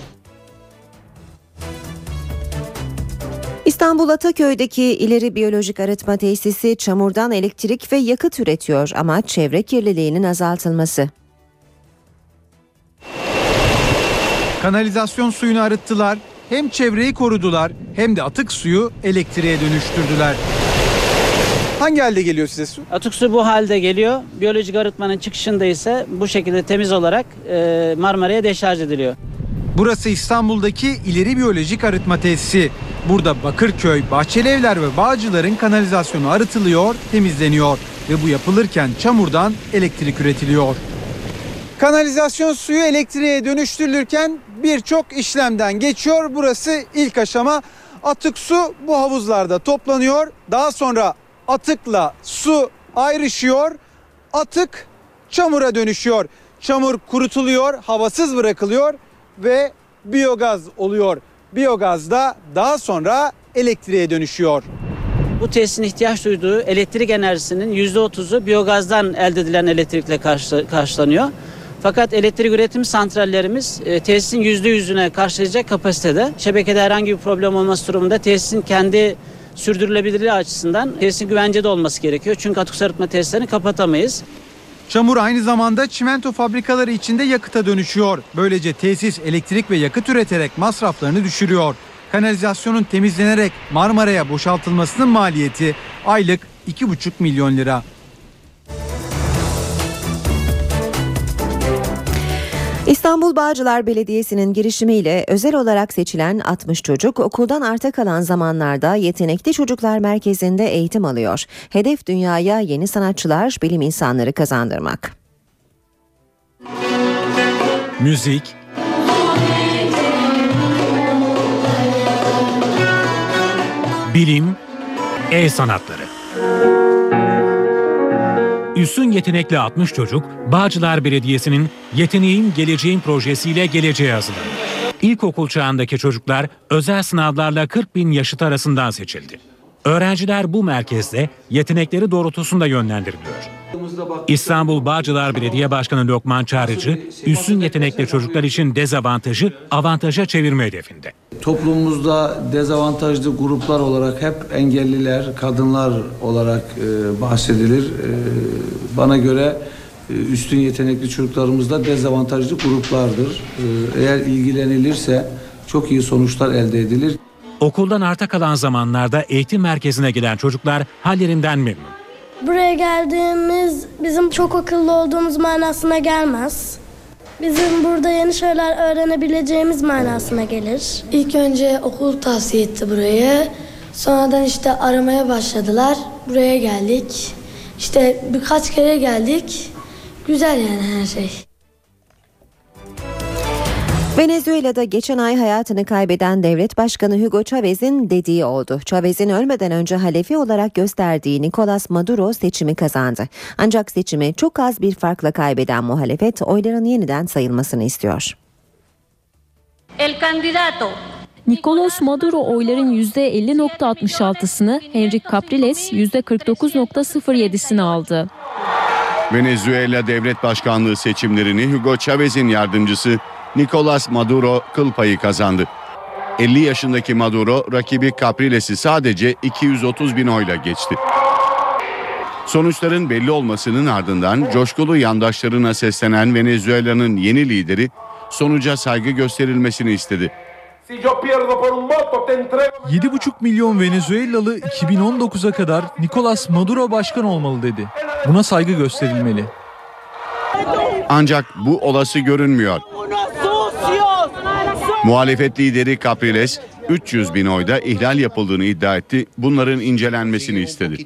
İstanbul Ataköy'deki İleri Biyolojik Arıtma Tesisi çamurdan elektrik ve yakıt üretiyor. Amaç çevre kirliliğinin azaltılması. Kanalizasyon suyunu arıttılar, hem çevreyi korudular hem de atık suyu elektriğe dönüştürdüler. Hangi halde geliyor size su? Atık su bu halde geliyor. Biyolojik arıtmanın çıkışında ise bu şekilde temiz olarak e, Marmara'ya deşarj ediliyor. Burası İstanbul'daki İleri Biyolojik Arıtma Tesisi. Burada Bakırköy, Bahçelievler ve Bağcılar'ın kanalizasyonu arıtılıyor, temizleniyor ve bu yapılırken çamurdan elektrik üretiliyor. Kanalizasyon suyu elektriğe dönüştürülürken birçok işlemden geçiyor. Burası ilk aşama. Atık su bu havuzlarda toplanıyor. Daha sonra atıkla su ayrışıyor. Atık çamura dönüşüyor. Çamur kurutuluyor, havasız bırakılıyor ve biyogaz oluyor. Biyogaz da daha sonra elektriğe dönüşüyor. Bu tesisin ihtiyaç duyduğu elektrik enerjisinin yüzde otuzu biyogazdan elde edilen elektrikle karşı, karşılanıyor. Fakat elektrik üretim santrallerimiz e, tesisin yüzde yüzüne karşılayacak kapasitede. Şebekede herhangi bir problem olması durumunda tesisin kendi sürdürülebilirliği açısından tesisin güvencede olması gerekiyor. Çünkü atık su arıtma tesislerini kapatamayız. Çamur aynı zamanda çimento fabrikaları içinde yakıta dönüşüyor. Böylece tesis elektrik ve yakıt üreterek masraflarını düşürüyor. Kanalizasyonun temizlenerek Marmara'ya boşaltılmasının maliyeti aylık iki buçuk milyon lira. İstanbul Bağcılar Belediyesi'nin girişimiyle özel olarak seçilen altmış çocuk okuldan arta kalan zamanlarda Yetenekli Çocuklar Merkezi'nde eğitim alıyor. Hedef dünyaya yeni sanatçılar, bilim insanları kazandırmak. Müzik, bilim, el sanatları. Üstün yetenekli altmış çocuk, Bağcılar Belediyesi'nin Yeteneğim Geleceğim projesiyle geleceğe hazırlanıyor. İlkokul çağındaki çocuklar özel sınavlarla kırk bin yaşıt arasından seçildi. Öğrenciler bu merkezde yetenekleri doğrultusunda yönlendiriliyor. İstanbul Bağcılar Belediye Başkanı Lokman Çağrıcı, üstün yetenekli çocuklar için dezavantajı avantaja çevirme hedefinde. Toplumumuzda dezavantajlı gruplar olarak hep engelliler, kadınlar olarak e, bahsedilir. E, bana göre e, üstün yetenekli çocuklarımız da dezavantajlı gruplardır. E, eğer ilgilenilirse çok iyi sonuçlar elde edilir. Okuldan arta kalan zamanlarda eğitim merkezine gelen çocuklar hallerinden memnun. Buraya geldiğimiz bizim çok akıllı olduğumuz manasına gelmez. Bizim burada yeni şeyler öğrenebileceğimiz manasına gelir. İlk önce okul tavsiye etti burayı. Sonradan işte aramaya başladılar. Buraya geldik. İşte birkaç kere geldik. Güzel yani her şey. Venezuela'da geçen ay hayatını kaybeden devlet başkanı Hugo Chávez'in dediği oldu. Chávez'in ölmeden önce halefi olarak gösterdiği Nicolas Maduro seçimi kazandı. Ancak seçimi çok az bir farkla kaybeden muhalefet oyların yeniden sayılmasını istiyor. El candidato Nicolas Maduro oyların yüzde elli virgül altmış altısını, Henrique Capriles yüzde kırk dokuz virgül sıfır yedisini aldı. Venezuela devlet başkanlığı seçimlerini Hugo Chávez'in yardımcısı Nicolas Maduro kıl payı kazandı. elli yaşındaki Maduro rakibi Capriles'i sadece iki yüz otuz bin oyla geçti. Sonuçların belli olmasının ardından coşkulu yandaşlarına seslenen Venezuela'nın yeni lideri sonuca saygı gösterilmesini istedi. yedi buçuk milyon Venezuelalı iki bin on dokuza kadar Nicolas Maduro başkan olmalı dedi. Buna saygı gösterilmeli. Ancak bu olası görünmüyor. Muhalefet lideri Capriles üç yüz bin oyda ihlal yapıldığını iddia etti. Bunların incelenmesini istedi.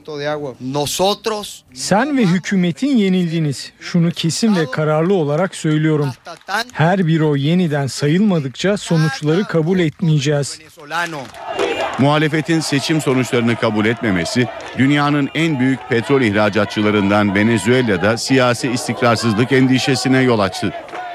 Sen ve hükümetin yenildiniz. Şunu kesin ve kararlı olarak söylüyorum. Her bir oy yeniden sayılmadıkça sonuçları kabul etmeyeceğiz. Muhalefetin seçim sonuçlarını kabul etmemesi, dünyanın en büyük petrol ihracatçılarından Venezuela'da siyasi istikrarsızlık endişesine yol açtı.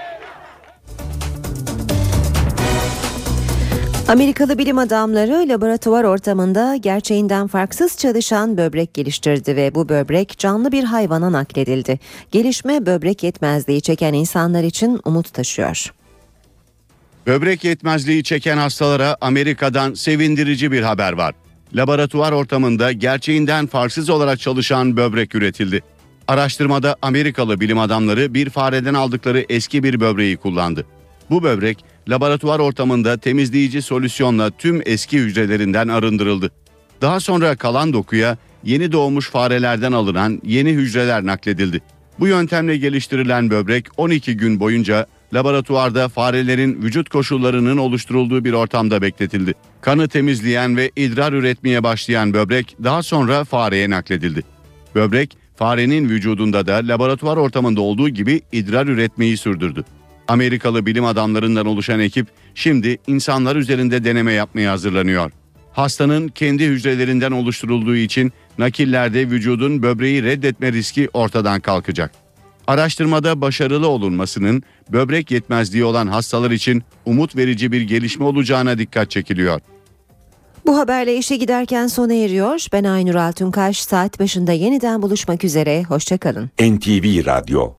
Amerikalı bilim adamları laboratuvar ortamında gerçeğinden farksız çalışan böbrek geliştirdi ve bu böbrek canlı bir hayvana nakledildi. Gelişme böbrek yetmezliği çeken insanlar için umut taşıyor. Böbrek yetmezliği çeken hastalara Amerika'dan sevindirici bir haber var. Laboratuvar ortamında gerçeğinden farksız olarak çalışan böbrek üretildi. Araştırmada Amerikalı bilim adamları bir fareden aldıkları eski bir böbreği kullandı. Bu böbrek laboratuvar ortamında temizleyici solüsyonla tüm eski hücrelerinden arındırıldı. Daha sonra kalan dokuya yeni doğmuş farelerden alınan yeni hücreler nakledildi. Bu yöntemle geliştirilen böbrek on iki gün boyunca laboratuvarda farelerin vücut koşullarının oluşturulduğu bir ortamda bekletildi. Kanı temizleyen ve idrar üretmeye başlayan böbrek daha sonra fareye nakledildi. Böbrek farenin vücudunda da laboratuvar ortamında olduğu gibi idrar üretmeyi sürdürdü. Amerikalı bilim adamlarından oluşan ekip şimdi insanlar üzerinde deneme yapmaya hazırlanıyor. Hastanın kendi hücrelerinden oluşturulduğu için nakillerde vücudun böbreği reddetme riski ortadan kalkacak. Araştırmada başarılı olunmasının böbrek yetmezliği olan hastalar için umut verici bir gelişme olacağına dikkat çekiliyor. Bu haberle işe giderken sona eriyor. Ben Aynur Altunkaş, saat başında yeniden buluşmak üzere. Hoşça kalın. N T V Radyo